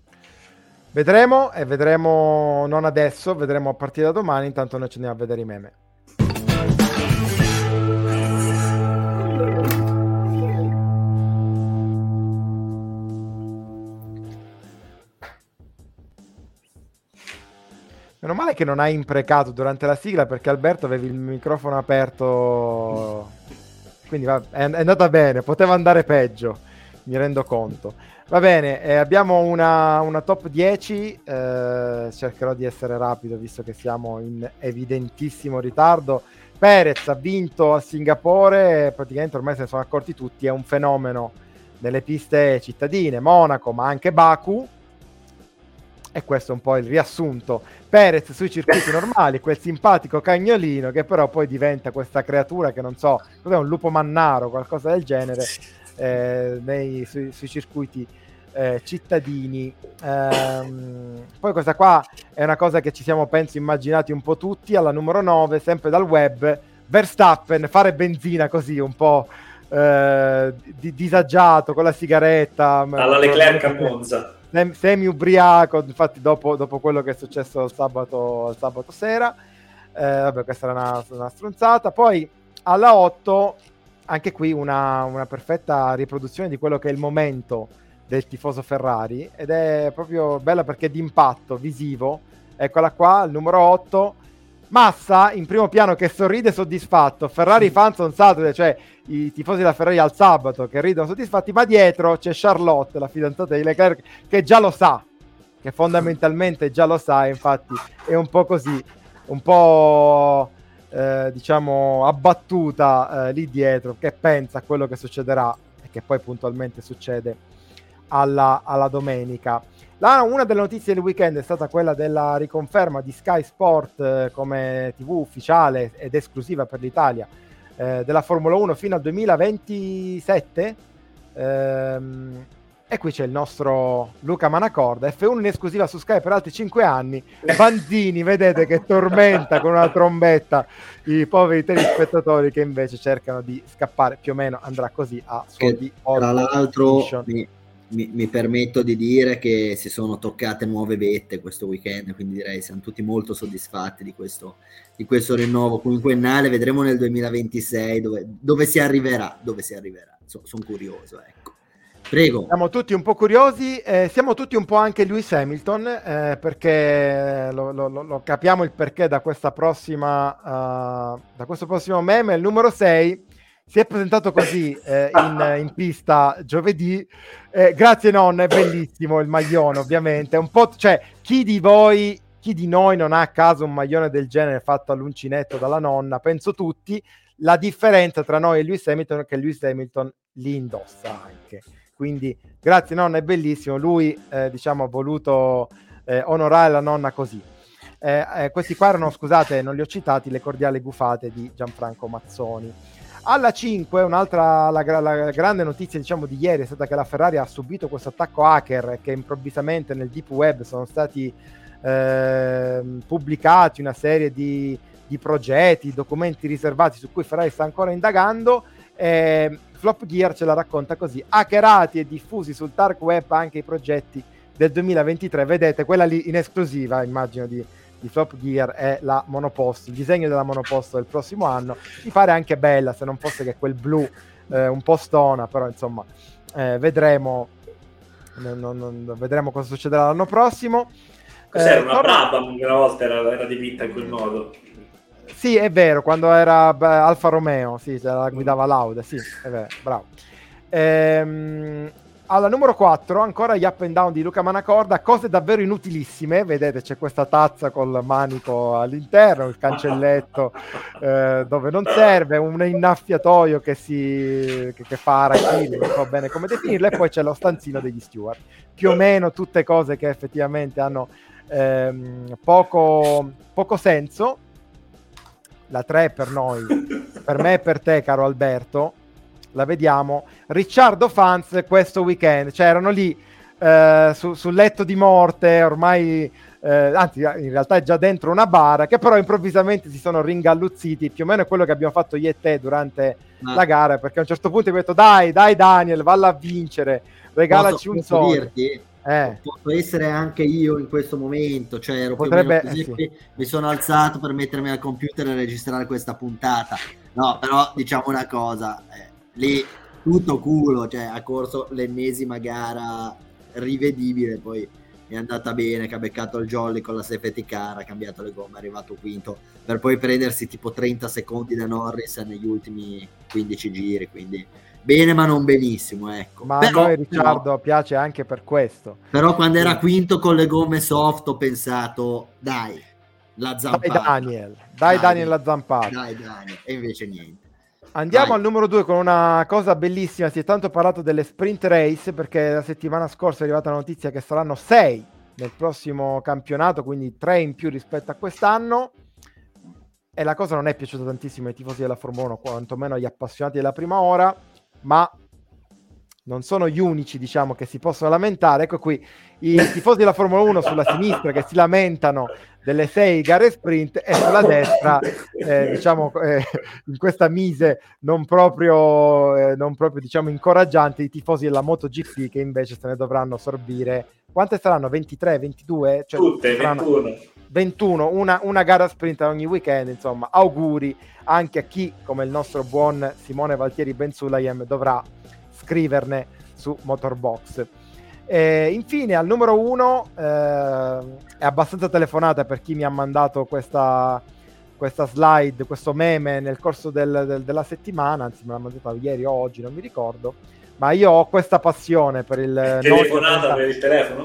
vedremo e vedremo non adesso, vedremo a partire da domani. Intanto noi ci andiamo a vedere i meme. Meno male che non hai imprecato durante la sigla, perché Alberto avevi il microfono aperto, quindi va, è, è andata bene, poteva andare peggio, mi rendo conto. Va bene, eh, abbiamo una, una top dieci, eh, cercherò di essere rapido visto che siamo in evidentissimo ritardo. Perez ha vinto a Singapore, praticamente ormai se ne sono accorti tutti, è un fenomeno nelle piste cittadine, Monaco ma anche Baku. E questo è un po' il riassunto. Perez sui circuiti normali, quel simpatico cagnolino che però poi diventa questa creatura che non so, cos'è, un lupo mannaro, qualcosa del genere, eh, nei, sui, sui circuiti eh, cittadini. Ehm, poi questa qua è una cosa che ci siamo, penso, immaginati un po' tutti. Alla numero nove, sempre dal web, Verstappen fare benzina così un po' eh, di, disagiato con la sigaretta. Alla Leclerc a Monza. Semi ubriaco, infatti dopo, dopo quello che è successo il sabato, il sabato sera, eh, vabbè, questa era una, una stronzata. Poi alla otto, anche qui una, una perfetta riproduzione di quello che è il momento del tifoso Ferrari, ed è proprio bella perché d'impatto visivo. Eccola qua, il numero otto, Massa in primo piano che sorride soddisfatto, Ferrari fans on Saturday, cioè i tifosi della Ferrari al sabato che ridono soddisfatti, ma dietro c'è Charlotte, la fidanzata di Leclerc, che già lo sa, che fondamentalmente già lo sai, infatti è un po' così, un po' eh, diciamo abbattuta eh, lì dietro, che pensa a quello che succederà e che poi puntualmente succede alla, alla domenica. La, una delle notizie del weekend è stata quella della riconferma di Sky Sport eh, come tivù ufficiale ed esclusiva per l'Italia eh, della Formula uno fino al duemilaventisette. Ehm, e qui c'è il nostro Luca Manacorda, F uno in esclusiva su Sky per altri cinque anni. Banzini, vedete che tormenta con una trombetta i poveri telespettatori che invece cercano di scappare, più o meno andrà così a suo che, di tra l'altro mi, mi, mi permetto di dire che si sono toccate nuove vette questo weekend, quindi direi siamo tutti molto soddisfatti di questo, di questo rinnovo quinquennale. Vedremo nel duemilaventisei dove, dove si arriverà, dove si arriverà. So, sono curioso, ecco. Prego. Siamo tutti un po' curiosi, eh, siamo tutti un po' anche Lewis Hamilton, eh, perché lo, lo, lo capiamo il perché da questa prossima uh, da questo prossimo meme. Il numero sei si è presentato così eh, in, in pista giovedì. Eh, grazie nonna, è bellissimo il maglione, ovviamente. Un po', cioè, chi di voi, chi di noi non ha a casa un maglione del genere fatto all'uncinetto dalla nonna? Penso tutti. La differenza tra noi e Lewis Hamilton è che Lewis Hamilton li indossa anche. Quindi grazie nonna, è bellissimo. Lui eh, diciamo ha voluto eh, onorare la nonna così. Eh, eh, questi qua erano, scusate, non li ho citati, le cordiali gufate di Gianfranco Mazzoni. Alla cinque, un'altra la, la grande notizia diciamo di ieri è stata che la Ferrari ha subito questo attacco hacker, che improvvisamente nel deep web sono stati eh, pubblicati una serie di, di progetti, documenti riservati su cui Ferrari sta ancora indagando. eh, Flop Gear ce la racconta così: hackerati e diffusi sul dark web anche i progetti del duemilaventitré. Vedete, quella lì in esclusiva, immagino, di, di Flop Gear è la monoposto, il disegno della monoposto del prossimo anno. Mi pare anche bella, se non fosse che quel blu eh, un po' stona, però insomma eh, vedremo non, non, non, vedremo cosa succederà l'anno prossimo. Cos'era, eh, una Brabham che una volta era, era dipinta in quel modo? Sì, è vero, quando era beh, Alfa Romeo, sì, se la guidava Lauda, sì, è vero, bravo. Ehm, alla numero quattro, ancora gli up and down di Luca Manacorda, cose davvero inutilissime, vedete c'è questa tazza col manico all'interno, il cancelletto eh, dove non serve, un innaffiatoio che si che, che fa arachidi, non so bene come definirlo, e poi c'è lo stanzino degli steward. Più o meno tutte cose che effettivamente hanno ehm, poco, poco senso. La tre per noi, per me e per te, caro Alberto, la vediamo. Ricciardo fans questo weekend, cioè erano lì eh, su, sul letto di morte, ormai, eh, anzi in realtà è già dentro una bara, che però improvvisamente si sono ringalluzziti, più o meno è quello che abbiamo fatto io e te durante ah. la gara, perché a un certo punto abbiamo detto dai, dai Daniel, valla a vincere, regalaci posso, un soldo. Eh. Posso essere anche io in questo momento, cioè ero Potrebbe, più o meno così, eh, sì. mi sono alzato per mettermi al computer e registrare questa puntata. No, però diciamo una cosa, eh, lì tutto culo, cioè ha corso l'ennesima gara rivedibile, poi è andata bene, che ha beccato il jolly con la safety car, ha cambiato le gomme, è arrivato quinto, per poi prendersi tipo trenta secondi da Norris negli ultimi quindici giri, quindi bene ma non benissimo, ecco. Ma però, a noi Ricciardo però, piace anche per questo. però quando era quinto con le gomme soft ho pensato dai, la zampata. Dai Daniel, dai, dai Daniel la zampata. Dai Daniel, e invece niente. Andiamo Vai. al numero due con una cosa bellissima. Si è tanto parlato delle sprint race, perché la settimana scorsa è arrivata la notizia che saranno sei nel prossimo campionato, quindi tre in più rispetto a quest'anno, e la cosa non è piaciuta tantissimo ai tifosi della Formula uno, quantomeno agli appassionati della prima ora, ma non sono gli unici, diciamo, che si possono lamentare. Ecco qui i tifosi della Formula uno sulla sinistra che si lamentano delle sei gare sprint, e sulla destra eh, diciamo eh, in questa mise non proprio eh, non proprio diciamo incoraggiante, i tifosi della MotoGP, che invece se ne dovranno sorbire, quante saranno? ventitré, ventidue? Cioè, tutte, ventuno. ventuno, una, una gara sprint ogni weekend. Insomma, auguri anche a chi, come il nostro buon Simone Valtieri Bensulayem, dovrà scriverne su Motorbox. E infine al numero uno eh, è abbastanza telefonata per chi mi ha mandato questa, questa slide, questo meme nel corso del, del, della settimana, anzi me l'ha mandato ieri o oggi, non mi ricordo, ma io ho questa passione per il telefonata per il telefono?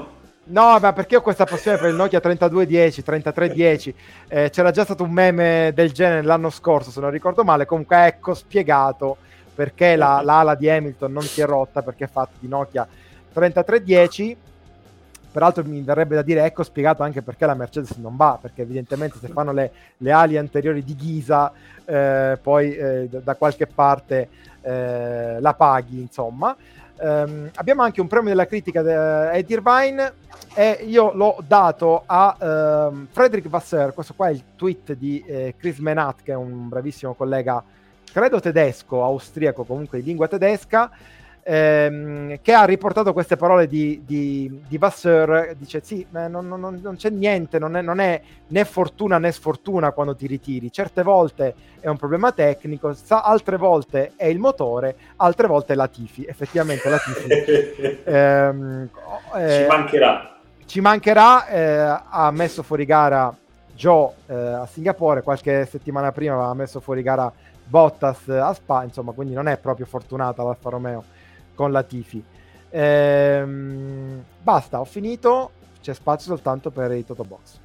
No, ma perché ho questa passione per il Nokia trentadue dieci, trentatré dieci, eh, c'era già stato un meme del genere l'anno scorso, se non ricordo male. Comunque ecco spiegato perché la, l'ala di Hamilton non si è rotta, perché è fatta di Nokia trentatré dieci. Peraltro mi verrebbe da dire, ecco spiegato anche perché la Mercedes non va, perché evidentemente se fanno le, le ali anteriori di ghisa, eh, poi eh, da qualche parte eh, la paghi, insomma. Um, abbiamo anche un premio della critica di Eddie Irvine, e io l'ho dato a um, Frederick Vasseur. Questo qua è il tweet di eh, Chris Menat, che è un bravissimo collega, credo tedesco, austriaco, comunque di lingua tedesca, ehm, che ha riportato queste parole di, di, di Vasseur. Dice sì, non, non, non c'è niente, non è, non è né fortuna né sfortuna quando ti ritiri. Certe volte è un problema tecnico, altre volte è il motore, altre volte è la Latifi. Effettivamente la Latifi ehm, eh, ci mancherà ci mancherà eh, ha messo fuori gara Joe eh, a Singapore, qualche settimana prima aveva messo fuori gara Bottas a Spa, insomma, quindi non è proprio fortunata l'Alfa Romeo con la Latifi. Ehm, basta, ho finito, c'è spazio soltanto per i Toto Box.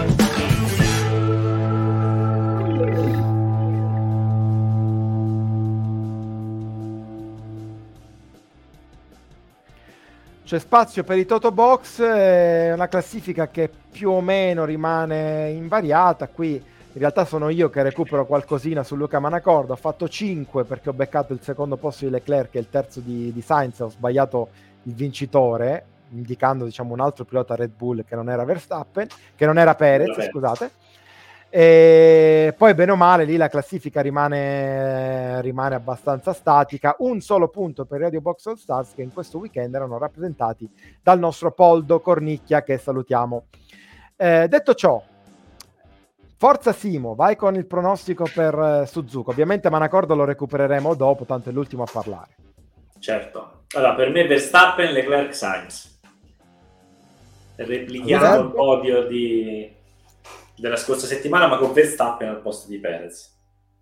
C'è spazio per i Toto Box, è una classifica che più o meno rimane invariata. Qui in realtà sono io che recupero qualcosina su Luca Manacorda. Ho fatto cinque perché ho beccato il secondo posto di Leclerc e il terzo di, di Sainz. Ho sbagliato il vincitore, indicando diciamo un altro pilota Red Bull che non era Verstappen, che non era Perez, Vabbè. scusate. E poi bene o male lì la classifica rimane, rimane abbastanza statica. Un solo punto per Radio Box All Stars, che in questo weekend erano rappresentati dal nostro Poldo Cornicchia, che salutiamo. Eh, detto ciò, forza Simo, vai con il pronostico per eh, Suzuka. Ovviamente Manacorda lo recupereremo dopo, tanto è l'ultimo a parlare. Certo. Allora, per me Verstappen, Leclerc, Sainz. Replichiamo Alberto? il podio di... della scorsa settimana, ma con Verstappen al posto di Perez.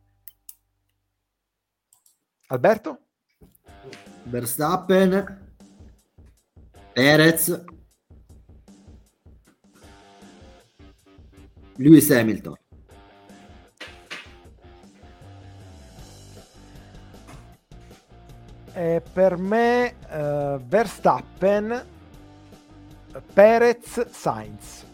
Alberto? Verstappen, Perez, Lewis Hamilton. Eh, per me eh, Verstappen, Perez, Sainz.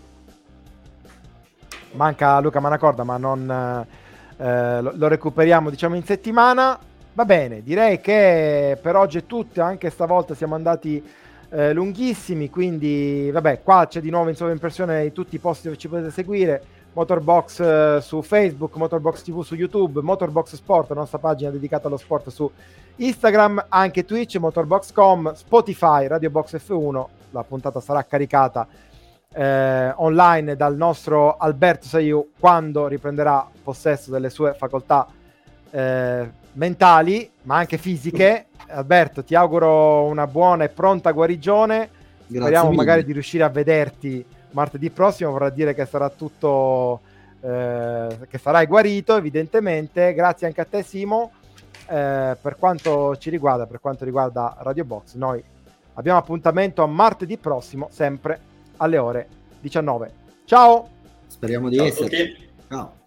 Manca Luca Manacorda, ma non eh, lo, lo recuperiamo diciamo in settimana. Va bene, direi che per oggi è tutto. Anche stavolta siamo andati eh, lunghissimi, quindi vabbè, qua c'è di nuovo in sovraimpressione di tutti i posti dove ci potete seguire. Motorbox eh, su Facebook, Motorbox tivù su YouTube, Motorbox Sport, la nostra pagina dedicata allo sport su Instagram, anche Twitch, Motorbox punto com, Spotify, Radio Box F uno. La puntata sarà caricata eh, online dal nostro Alberto Saiu quando riprenderà possesso delle sue facoltà eh, mentali, ma anche fisiche. Alberto, ti auguro una buona e pronta guarigione. Grazie Speriamo mille. magari di riuscire a vederti martedì prossimo. Vorrà dire che sarà tutto eh, che sarai guarito evidentemente. Grazie anche a te Simo. Eh, per quanto ci riguarda, per quanto riguarda Radio Box, noi abbiamo appuntamento a martedì prossimo, sempre alle ore diciannove. Ciao! Speriamo di Ciao a esserci. tutti. Ciao.